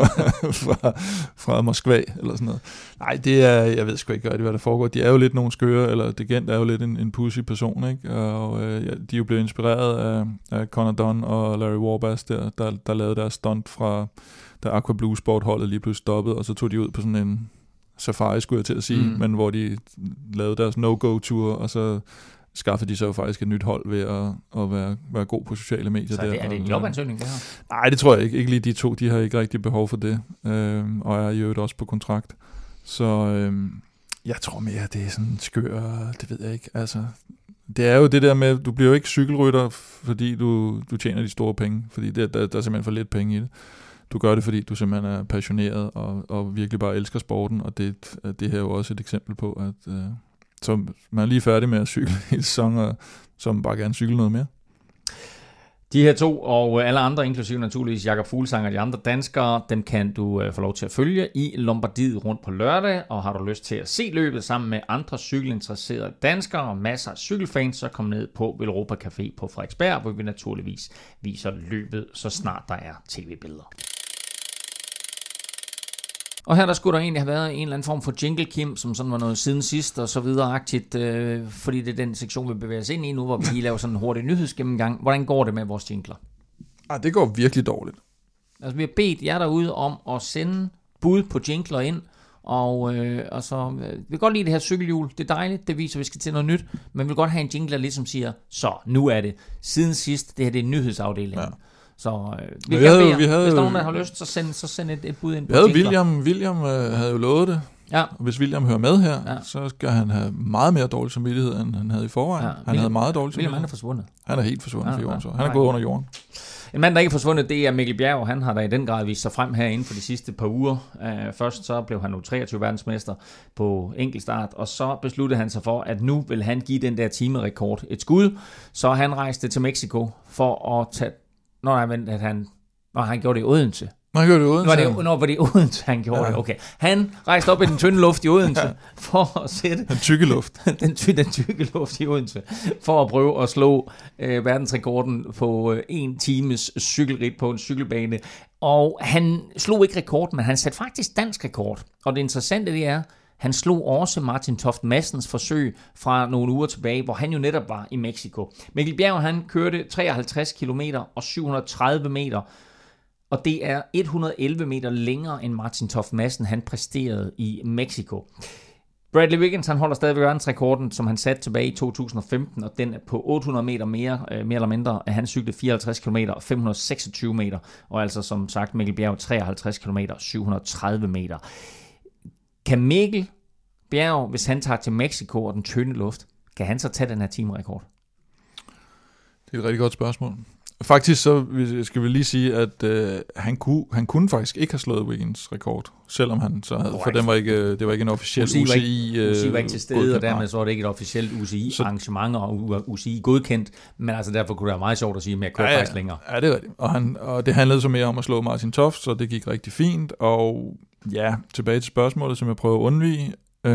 fra Moskva, eller sådan noget. Nej, det er... Jeg ved sgu ikke, hvad der foregår. De er jo lidt nogle skøre, eller de Gendt er jo lidt en pussy person, ikke? Og de er jo blevet inspireret af Conor Dunn og Larry Warbass der lavede deres stunt fra... Da Aqua Blue Sport-holdet lige pludselig stoppede, og så tog de ud på sådan en safari, skulle jeg til at sige, men hvor de lavede deres no-go-tur, og så skaffede de sig jo faktisk et nyt hold ved at være god på sociale medier. Så er det en jobansøgning, det her? Nej, det tror jeg ikke. Ikke lige de to, de har ikke rigtig behov for det, og er i øvrigt også på kontrakt. Så jeg tror mere, det er sådan skør, det ved jeg ikke. Altså, det er jo det der med, du bliver jo ikke cykelrytter, fordi du tjener de store penge, fordi der er simpelthen for lidt penge i det. Du gør det, fordi du simpelthen er passioneret og virkelig bare elsker sporten, og det her er jo også et eksempel på, at så man er lige færdig med at cykle hele sæsonen, og så man bare gerne cykle noget mere. De her to og alle andre, inklusive naturligvis Jakob Fuglsang og de andre danskere, dem kan du få lov til at følge i Lombardiet rundt på lørdag, og har du lyst til at se løbet sammen med andre cykelinteresserede danskere og masser af cykelfans, så kom ned på Velropa Café på Frederiksberg, hvor vi naturligvis viser løbet, så snart der er tv-billeder. Og her der skulle der egentlig have været en eller anden form for jingle, Kim, som sådan var noget siden sidst og så videre-agtigt, fordi det er den sektion, vi bevæger os ind i nu, hvor vi lige laver sådan en hurtig nyhedsgennemgang. Hvordan går det med vores jingler? Det går virkelig dårligt. Altså, vi har bedt jer derude om at sende bud på jingler ind, og så vi kan godt lide det her cykelhjul. Det er dejligt, det viser, at vi skal til noget nyt, men vi vil godt have en jingle, der ligesom siger, så nu er det siden sidst, det her det er nyhedsafdelingen. Ja. Så vi havde, hvis nogen der har lyst, så send et bud ind på William havde jo lovet det. Ja. Og hvis William hører med her, så skal han have meget mere dårlig samvittighed, end han havde i forvejen. Ja, han havde meget dårlig samvittighed. William, han er forsvundet. Han er helt forsvundet for jorden, så. Han er gået under jorden. En mand, der ikke er forsvundet, det er Mikkel Bjerg. Han har da i den grad vist sig frem her inden for de sidste par uger. Først så blev han nu 23 verdensmester på enkeltstart, og så besluttede han sig for, at nu vil han give den der timerekord et skud. Så han rejste til Mexico for at tage... han gjorde det i Odense. Han gjorde det i Odense? Var det i Odense, han gjorde det? Okay. Han rejste op i den tynde luft i Odense for at sætte... Den tykke luft. den tykke luft i Odense. For at prøve at slå verdensrekorden på 1 times cykelrit på en cykelbane. Og han slog ikke rekorden, men han satte faktisk dansk rekord. Og det interessante det er, han slog også Martin Toft Madsens forsøg fra nogle uger tilbage, hvor han jo netop var i Mexico. Mikkel Bjerg, han kørte 53 km og 730 meter, og det er 111 meter længere end Martin Toft Madsen, han præsterede i Mexico. Bradley Wiggins, han holder stadigvæk verdensrekorden, som han satte tilbage i 2015, og den er på 800 meter mere eller mindre. Han cyklede 54 km og 526 meter, og altså som sagt Mikkel Bjerg 53 km og 730 meter. Kan Mikkel Bjerg, hvis han tager til Mexico og den tynde luft, kan han så tage den her timerekord? Det er et rigtig godt spørgsmål. Faktisk så skal vi lige sige, at han kunne faktisk ikke have slået Wiggins rekord, selvom han så havde, for det var ikke en officiel UCI. UCI var ikke til stede, og dermed så var det ikke et officielt UCI-arrangement, og UCI godkendt, men altså derfor kunne det være meget sjovt at sige, at jeg kører faktisk længere. Ja, det er rigtigt. Og det handlede så mere om at slå Martin Toft, så det gik rigtig fint, og ja, tilbage til spørgsmålet, som jeg prøver at undvige.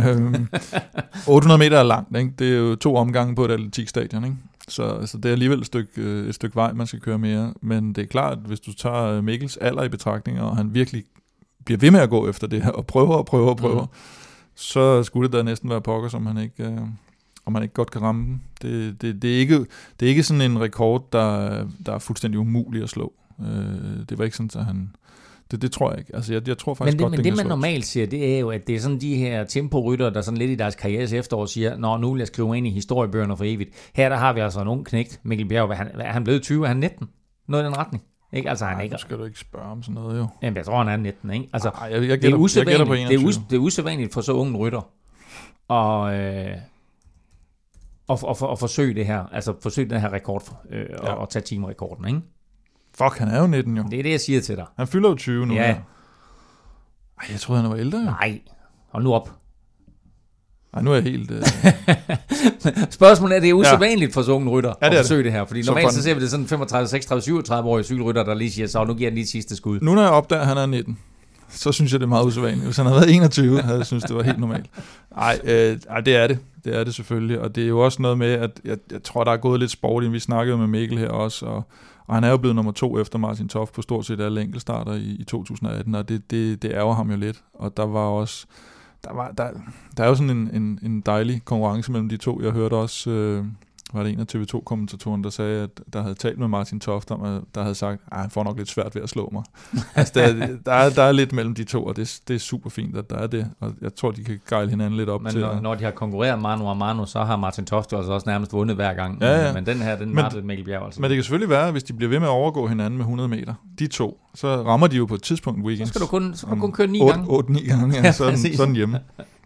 800 meter er langt, ikke? Det er jo 2 omgange på et atletikstadion, ikke? Så det er alligevel et stykke vej, man skal køre mere. Men det er klart, at hvis du tager Mikkels alder i betragtning, og han virkelig bliver ved med at gå efter det her, og prøver, så skulle det da næsten være pokker, som man ikke godt kan ramme den. Det er ikke sådan en rekord, der er fuldstændig umulig at slå. Det var ikke sådan, at han... Det tror jeg ikke. Altså, jeg tror faktisk godt, men det man normalt siger, det er jo, at det er sådan de her temporytter, der sådan lidt i deres karrieres efterår siger, nu vil jeg skrive ind i historiebøgerne for evigt. Her der har vi altså en ung knægt, Mikkel Bjerg. Er han blevet 20? Er han 19? Noget i den retning? Ikke? Altså, han ikke... skal du ikke spørge om sådan noget, jo. Jamen, jeg tror, han er 19, ikke? Altså, jeg gætter på 21. Det er usædvanligt for så unge rytter og forsøge det her, altså forsøge den her rekord og tage teamrekorden, ikke? Fuck, han er jo 19, jo. Det er det, jeg siger til dig. Han fylder jo 20 nu. Ja. Ej, jeg troede, han var ældre, jo. Nej, hold nu op. Nej, nu er jeg helt... Spørgsmålet er, det er usædvanligt for så unge rytter at forsøge det her, fordi normalt så ser vi det sådan 35, 36, 37-årige cykelrytter, der lige siger, så nu giver han lige sidste skud. Nu når jeg opdager, at han er 19, så synes jeg, det er meget usædvanligt. Hvis han havde været 21, havde jeg synes det var helt normalt. Nej, det er det. Det er det selvfølgelig, og det er jo også noget med, at jeg tror, der er gået lidt sport, vi snakkede med Mikkel her også, og han er jo blevet nummer 2 efter Martin Toft på stort set alle enkeltstarter i 2018, og det ærger ham jo lidt. Og der var også, der er jo sådan en dejlig konkurrence mellem de to. Jeg hørte også, var det en af TV2-kommentatoren, der sagde, at der havde talt med Martin Toft om, at der havde sagt, at han får nok lidt svært ved at slå mig. Altså, der er lidt mellem de to, og det er super fint, at der er det. Og jeg tror, de kan gejle hinanden lidt op. Men til. Men når de har konkurreret mano a mano, så har Martin Toft jo også nærmest vundet hver gang. Ja. Men den her, den var Mikkel Bjerg altså. Men det kan selvfølgelig være, hvis de bliver ved med at overgå hinanden med 100 meter, de to, så rammer de jo på et tidspunkt weekends. Så skal du kun køre 9 gange. 8-9 gange, ja, sådan hjemme.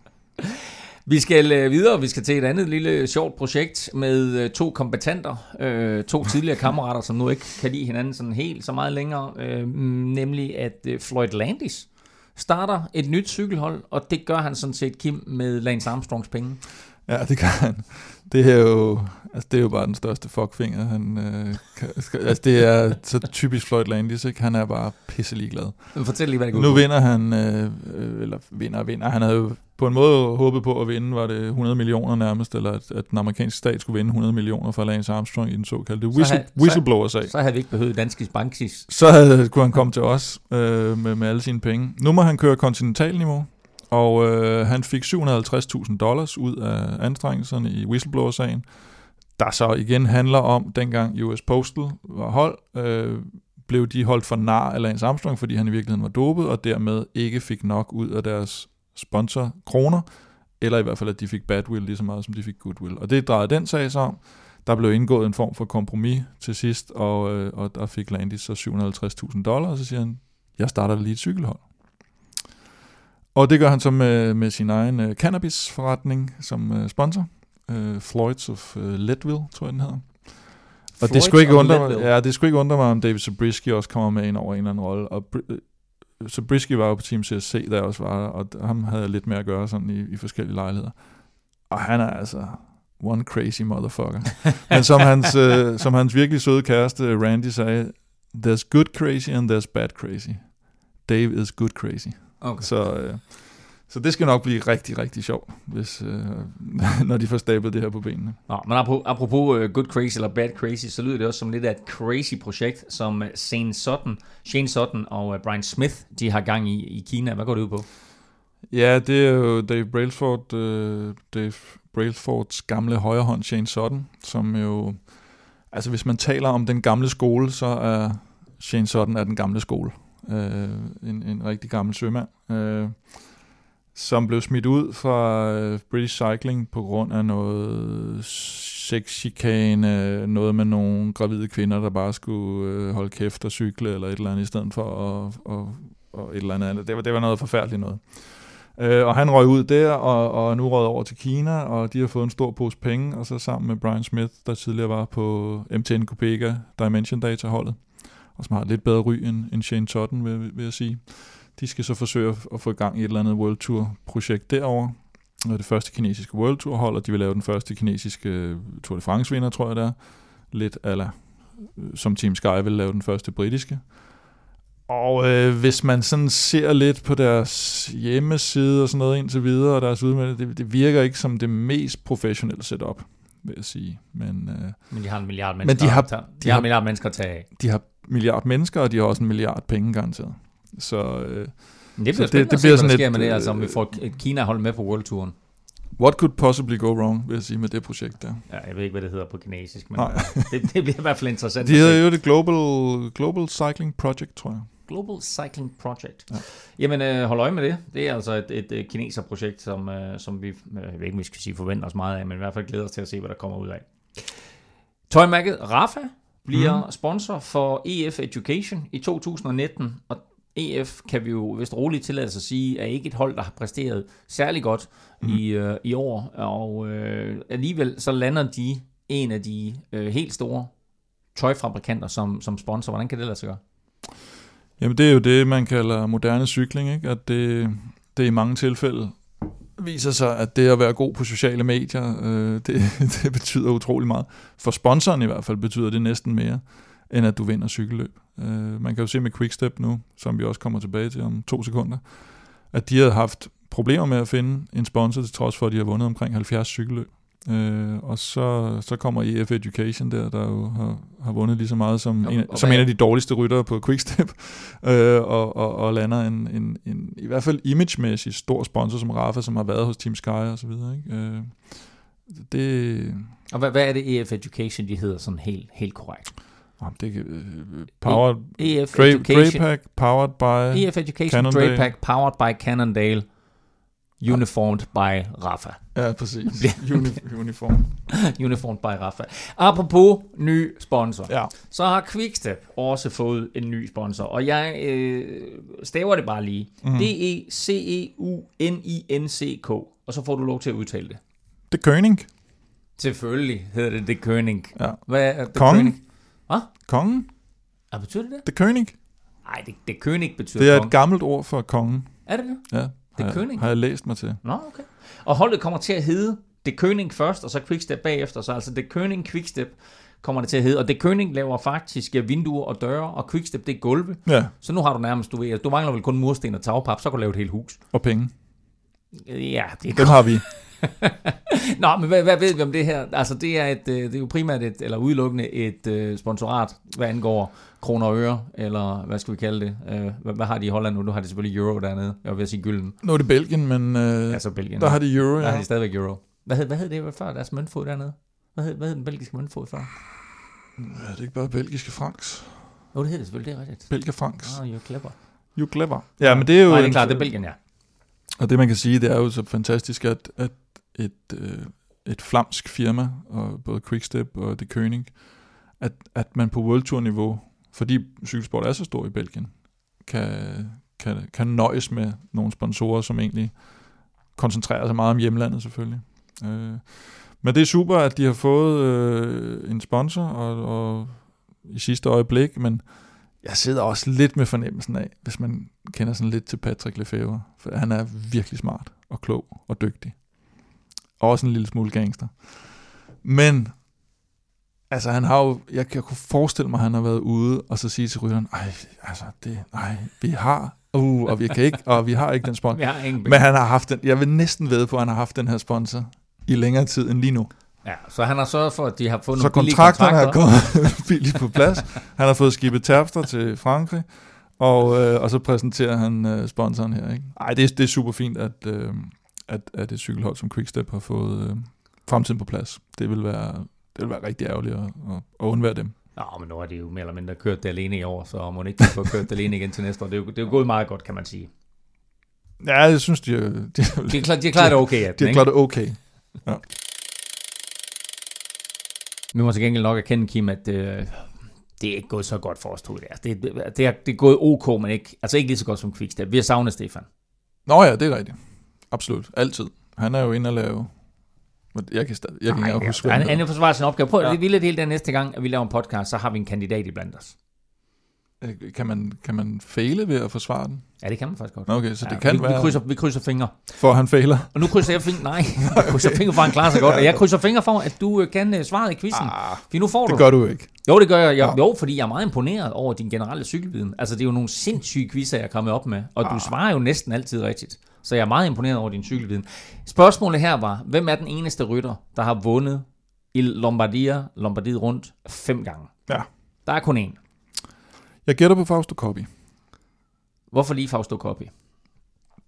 Vi skal videre, vi skal til et andet lille sjovt projekt med 2 kombattanter, 2 tidligere kammerater, som nu ikke kan lide hinanden sådan helt så meget længere, nemlig at Floyd Landis starter et nyt cykelhold, og det gør han sådan set, Kim, med Lance Armstrongs penge. Ja, det gør han. Det er jo bare den største fuckfinger. Det er så typisk Floyd Landis, ikke? Han er bare pisselig glad. Fortæl lige, hvad det går. Nu vinder han, vinder. Han havde jo på en måde håbet på at vinde, var det 100 millioner nærmest, eller at den amerikanske stat skulle vinde 100 millioner for Lance Armstrong i den såkaldte whistleblower-sag. Så havde vi ikke behøvet dansk banksis. Så kunne han komme til os med alle sine penge. Nu må han køre kontinentalniveau. Og han fik $750,000 ud af anstrengelserne i whistleblower-sagen, der så igen handler om, dengang US Postal var hold, blev de holdt for nar af Lance Armstrong, fordi han i virkeligheden var dopet, og dermed ikke fik nok ud af deres sponsorkroner, eller i hvert fald, at de fik badwill lige så meget, som de fik goodwill. Og det drejede den sag sig om. Der blev indgået en form for kompromis til sidst, og der fik Landis så $750,000, og så siger han, jeg starter lige et cykelhold. Og det gør han så med sin egen cannabisforretning som sponsor. Floyds of Leadville, tror jeg den hedder. Og det skulle ikke undre mig, om David Zabriskie også kommer med ind over en eller anden rolle. Og Zabriskie var jo på Team CSC, der også var der, og ham havde jeg lidt mere at gøre sådan i forskellige lejligheder. Og han er altså one crazy motherfucker. Men som hans virkelig søde kæreste Randy sagde, there's good crazy and there's bad crazy. Dave is good crazy. Okay. Så det skal nok blive rigtig, rigtig sjovt, hvis, når de får stablet det her på benene. Nå, men apropos good crazy eller bad crazy, så lyder det også som lidt af et crazy projekt, som Shane Sutton og Brian Smith, de har gang i Kina. Hvad går det ud på? Ja, det er jo Dave Brailsfords gamle højrehånd, Shane Sutton, som jo... Altså, hvis man taler om den gamle skole, så er Shane Sutton den gamle skole. En rigtig gammel sømand, som blev smidt ud fra British Cycling på grund af noget sexchikane, noget med nogle gravide kvinder, der bare skulle holde kæft og cykle eller et eller andet, i stedet for og et eller andet. Det var noget forfærdeligt noget. Og han røg ud der, og nu røg over til Kina, og de har fået en stor pose penge, og så sammen med Brian Smith, der tidligere var på MTN Copega Dimension Data-holdet, og som har et lidt bedre ry end Shane Sutton, vil jeg sige. De skal så forsøge at få i gang i et eller andet World Tour-projekt derovre. Det første kinesiske World Tour-hold, og de vil lave den første kinesiske Tour de France-vinder, tror jeg det er. Lidt ala, som Team Sky vil lave den første britiske. Og hvis man sådan ser lidt på deres hjemmeside og sådan noget indtil videre, og deres udmelding, det virker ikke som det mest professionelle setup, vil jeg sige. Men de har en milliard mennesker. De har en milliard mennesker at tage af. De har milliard mennesker, og de har også en milliard penge garanteret. Så Det bliver spændende at se, hvad der sker med det, altså om vi får et Kina-hold med på World-touren. What could possibly go wrong, vil jeg sige, med det projekt der. Ja, jeg ved ikke, hvad det hedder på kinesisk, men det bliver i hvert fald interessant. De hedder jo det Global Cycling Project, tror jeg. Global Cycling Project. Ja. Jamen, hold øje med det. Det er altså et kineserprojekt, som vi, jeg ved ikke, om vi skal sige forventer os meget af, men i hvert fald glæder os til at se, hvad der kommer ud af. Tøjmærket Rapha bliver sponsor for EF Education i 2019, og EF kan vi jo vist roligt tillade os at sige, er ikke et hold, der har præsteret særlig godt i år, og alligevel så lander de en af de helt store tøjfabrikanter som sponsor. Hvordan kan det lade sig gøre? Jamen det er jo det, man kalder moderne cykling, ikke? At det i mange tilfælde viser sig, at det at være god på sociale medier, det betyder utrolig meget. For sponsoren i hvert fald betyder det næsten mere, end at du vinder cykelløb. Man kan jo se med Quickstep nu, som vi også kommer tilbage til om 2 sekunder, at de havde haft problemer med at finde en sponsor, til trods for, at de har vundet omkring 70 cykelløb. Og så kommer EF Education der jo har vundet lige så meget som en af de dårligste ryttere på Quickstep, og lander en i hvert fald imagemæssigt stor sponsor som Rapha, som har været hos Team Sky og så videre, ikke? Og hvad er det EF Education, de hedder sådan helt korrekt? Powered EF Education, Drapac, powered by EF Education Drapac, powered by Cannondale, uniformed by Rapha. Ja, præcis. Uniformed by Rapha. Apropos ny sponsor, så har Quickstep også fået en ny sponsor, og jeg staver det bare lige. DECEUNINCK, og så får du lov til at udtale det. Det König. Selvfølgelig hedder det König. Ja. Hvad er det Kongen? König? Hvad? Kongen? Hvad betyder det? Det König. Nej, det König betyder det er kongen. Et gammelt ord for kongen. Er det det? Ja. Det König. Har jeg læst mig til. Nå, okay. Og holdet kommer til at hedde det König først, og så Quickstep bagefter. Så altså det König Quickstep kommer det til at hedde. Og det König laver faktisk vinduer og døre, og Quickstep det er gulve. Ja. Så nu har du nærmest, du mangler vel kun mursten og tagpap, så kan du lave et helt hus. Og penge. Ja, det dem har vi. Nå, men hvad ved vi om det her? Altså det er jo primært eller udelukkende et sponsorat, hvad angår kroner og øre, eller hvad skal vi kalde det? Hvad har de i Holland nu? Nu har de selvfølgelig euro dernede. Jeg vil sige gylden. Nu er det Belgien, men altså Belgien, der har de euro, Der har de stadigvæk euro. Hvad hed det før deres møntfod dernede? Hvad hed den belgiske møntfod før? Ja, det er ikke bare belgiske francs. Jo, det hed det selvfølgelig, det er rigtigt. Belgiske francs. You're clever. You're clever. Ja, men det er jo... Nej, det er klart, det er Belgien, ja. Og det man kan sige, det er jo så fantastisk, at et flamsk firma, og både Quickstep og det König, at man på World Tour niveau, fordi cykelsport er så stor i Belgien, kan nøjes med nogle sponsorer, som egentlig koncentrerer sig meget om hjemlandet selvfølgelig. Men det er super, at de har fået en sponsor og i sidste øjeblik, men jeg sidder også lidt med fornemmelsen af, hvis man kender sådan lidt til Patrick Lefevre, for han er virkelig smart og klog og dygtig. Og også en lille smule gangster. Men altså han har jo, jeg kunne forestille mig, at han har været ude og så sige til rytteren, vi har, og vi kan ikke, og vi har ikke den sponsor. Men han har haft den, jeg vil næsten ved på, at han har haft den her sponsor i længere tid end lige nu. Ja, så han har sørget for, at de har fået nogle billige kontrakter. Så kontrakterne er kommet billigt på plads. Han har fået skibet Terpstra til Frankrig, og så præsenterer han sponsoren her. Ikke? Ej, det er super fint, at et cykelhold som Quickstep har fået fremtiden på plads. Det vil være rigtig ærgerligt at undvære dem. Nå, men nu har de jo mere eller mindre kørt det alene i år, så må de ikke få kørt det alene igen til næste år. Det er jo gået meget godt, kan man sige. Ja, jeg synes, de har klaret det okay. De har klaret det okay, ja. Vi må til gengæld nok erkende, Kim, at det er ikke gået så godt for os to. Det er gået ok, men ikke lige så godt som Quickstep. Vi har savnet Stefan. Nå ja, det er rigtigt. Absolut. Altid. Han er jo inde og lave... Jeg kan ikke huske, han forsvarer sin opgave. Prøv at ville det hele den næste gang, at vi laver en podcast, så har vi en kandidat i blandt os. Kan man fejle ved at forsvare den? Ja, det kan man faktisk godt. Okay, så det kan være... Vi krydser fingre. For han fejler? Og nu krydser jeg fingre... Nej, jeg krydser fingre for, han klarer sig godt. Og jeg krydser fingre for, at du kan svare i quizzen. For nu får det gør du ikke. Jo, det gør jeg. Jo, fordi jeg er meget imponeret over din generelle cykelviden. Altså, det er jo nogle sindssyge quizzer, jeg er kommet op med. Og du svarer jo næsten altid rigtigt. Så jeg er meget imponeret over din cykelviden. Spørgsmålet her var, hvem er den eneste rytter, der har vundet i Lombardiet rundt 5 gange? Ja. Der er kun én. Jeg gætter på Fausto Coppi. Hvorfor lige Fausto Coppi?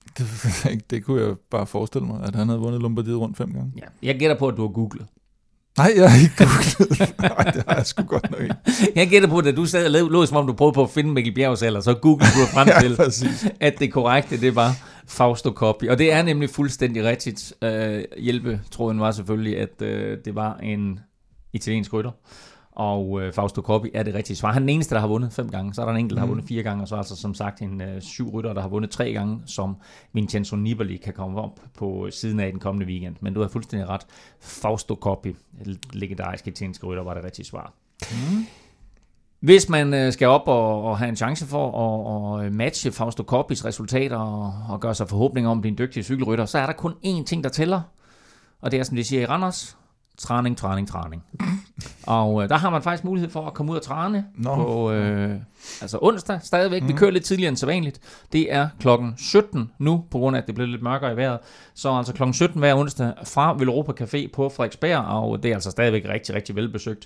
Det kunne jeg bare forestille mig, at han havde vundet Lombardiet rundt 5 gange. Ja. Jeg gætter på, at du har googlet. Nej, jeg har ikke googlet. Nej, det har jeg sgu godt nok ikke. Jeg gætter på, at du sad og lå, som om du prøvede på at finde Mikkel Bjergs alder, så googlede du frem til, at det korrekte, det var Fausto Coppi. Og det er nemlig fuldstændig rigtigt. Hjælpetråden var selvfølgelig, at det var en italiensk rytter. Og Fausto Coppi er det rigtige svar. Han er den eneste, der har vundet 5 gange. Så er der en enkelt, der har vundet 4 gange. Og så er altså som sagt en 7 rytter, der har vundet 3 gange, som Vincenzo Nibali kan komme op på siden af den kommende weekend. Men du har fuldstændig ret. Fausto Coppi, legendarisk italienske rytter, var det rigtige svar. Hvis man skal op og have en chance for at matche Fausto Coppis resultater og gøre sig forhåbninger om at blive en dygtig cykelrytter, så er der kun én ting, der tæller. Og det er, som de siger i Randers, træning. Og der har man faktisk mulighed for at komme ud og træne på altså onsdag stadigvæk. Vi kører lidt tidligere end sædvanligt. Det er klokken 17 nu, på grund af at det blev lidt mørkere i vejret. Så altså klokken 17 hver onsdag fra Velropa Café på Frederiksberg, og det er altså stadigvæk rigtig, rigtig velbesøgt.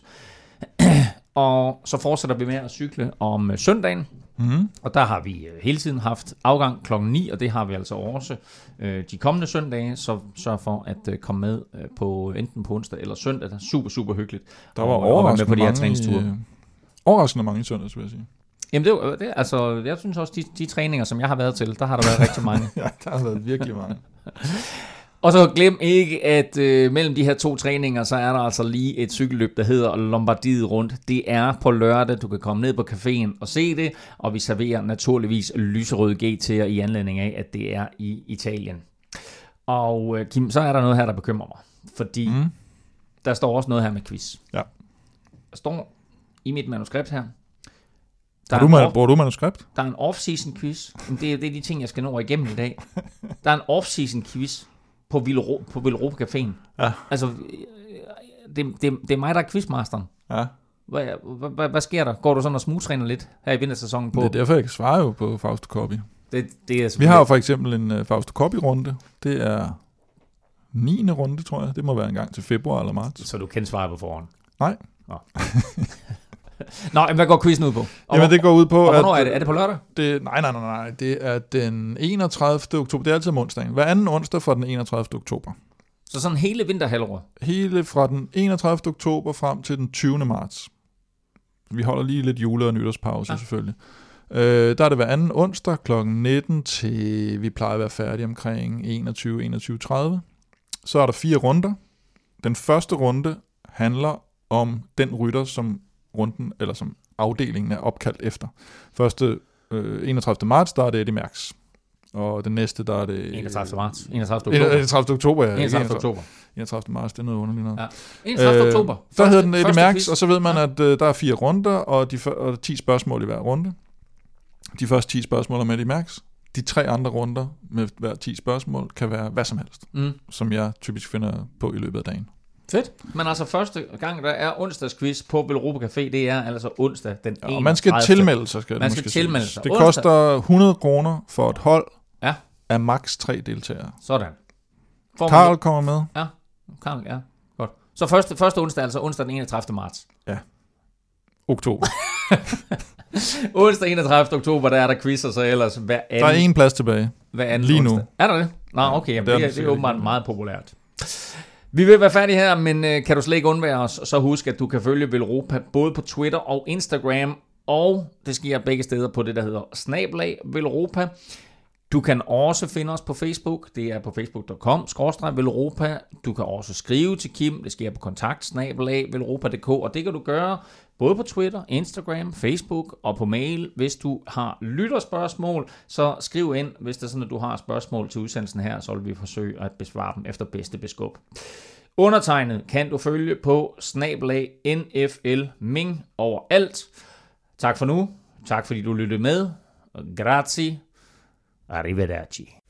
Og så fortsætter vi med at cykle om søndagen. Og der har vi hele tiden haft afgang klokken 9, og det har vi altså også de kommende søndage, så sørg for at komme med på enten på onsdag eller søndag. Det er super, super hyggeligt. Der var overraskende mange i søndags, vil jeg sige. Jamen det altså, jeg synes også, de træninger, som jeg har været til, der har der været rigtig mange. Ja, der har været virkelig mange. Og så glem ikke, at mellem de her 2 træninger, så er der altså lige et cykelløb, der hedder Lombardiet rundt. Det er på lørdag. Du kan komme ned på caféen og se det, og vi serverer naturligvis lyserød GT'er i anledning af, at det er i Italien. Og Kim, så er der noget her, der bekymrer mig, fordi der står også noget her med quiz. Ja. Der står i mit manuskript her. Bruger du manuskript? Der er en off-season quiz. Det er de ting, jeg skal nå igennem i dag. Der er en off-season quiz på Velropa Caféen. Ja. Altså, det er mig, der er quizmasteren. Ja. Hvad sker der? Går du sådan og smugtræner lidt her i vintersæsonen på? Det er derfor, jeg kan svare jo på Fausto Coppi. Vi har jo for eksempel en Fausto Coppi-runde. Det er 9. runde, tror jeg. Det må være en gang til februar eller marts. Så du kan svare på forhånd? Nej. Nå, hvad går quizzen ud på? Jamen, det går ud på, hvornår er det? Er det på lørdag? Nej. Det er den 31. oktober. Det er altid om onsdagen. Hver anden onsdag fra den 31. oktober. Så sådan hele vinterhalvåret? Hele fra den 31. oktober frem til den 20. marts. Vi holder lige lidt jule- og nytårspause, selvfølgelig. Der er det hver anden onsdag kl. 19 til, vi plejer at være færdige omkring 21:30. Så er der 4 runder. Den første runde handler om den rytter, som runden, eller som afdelingen er opkaldt efter. Første 31. marts, der er det Eddy Merckx. Og den næste, der er det... 31. marts. 31. oktober, ja. 31. oktober. 31. marts, det er noget underligt noget. Ja. 31. oktober. Der hedder den Eddy Merckx, og så ved man, at der er 4 runder, og 10 spørgsmål i hver runde. De første 10 spørgsmål om Eddy Merckx. De 3 andre runder med hver 10 spørgsmål kan være hvad som helst, som jeg typisk finder på i løbet af dagen. Fedt. Men altså første gang, der er onsdagsquiz på Velropa Café, det er altså onsdag den 31. Og man skal tilmelde sig, Det koster 100 kroner for et hold af maks 3 deltagere. Sådan. Karl kommer med. Ja, Karl, ja. Godt. Så første onsdag, altså onsdag den 31. marts. Ja. Oktober. Onsdag 31. oktober, der er der quiz, og så ellers hver anden... Der er 1 plads tilbage. Hver anden lige onsdag. Nu. Er der det? Nå, okay. Jamen, det er åbenbart meget populært. Vi vil være færdige her, men kan du slet ikke undvære os, så husk, at du kan følge Velropa både på Twitter og Instagram, og det sker begge steder på det, der hedder @Velropa. Du kan også finde os på Facebook. Det er på facebook.com/Velropa. Du kan også skrive til Kim. Det sker på kontakt@velropa.dk, og det kan du gøre både på Twitter, Instagram, Facebook og på mail. Hvis du har lytterspørgsmål, så skriv ind. Hvis det er sådan, at du har spørgsmål til udsendelsen her, så vil vi forsøge at besvare dem efter bedste beskub. Undertegnet kan du følge på @NFL-Ming overalt. Tak for nu. Tak fordi du lyttede med. Grazie. Arrivederci.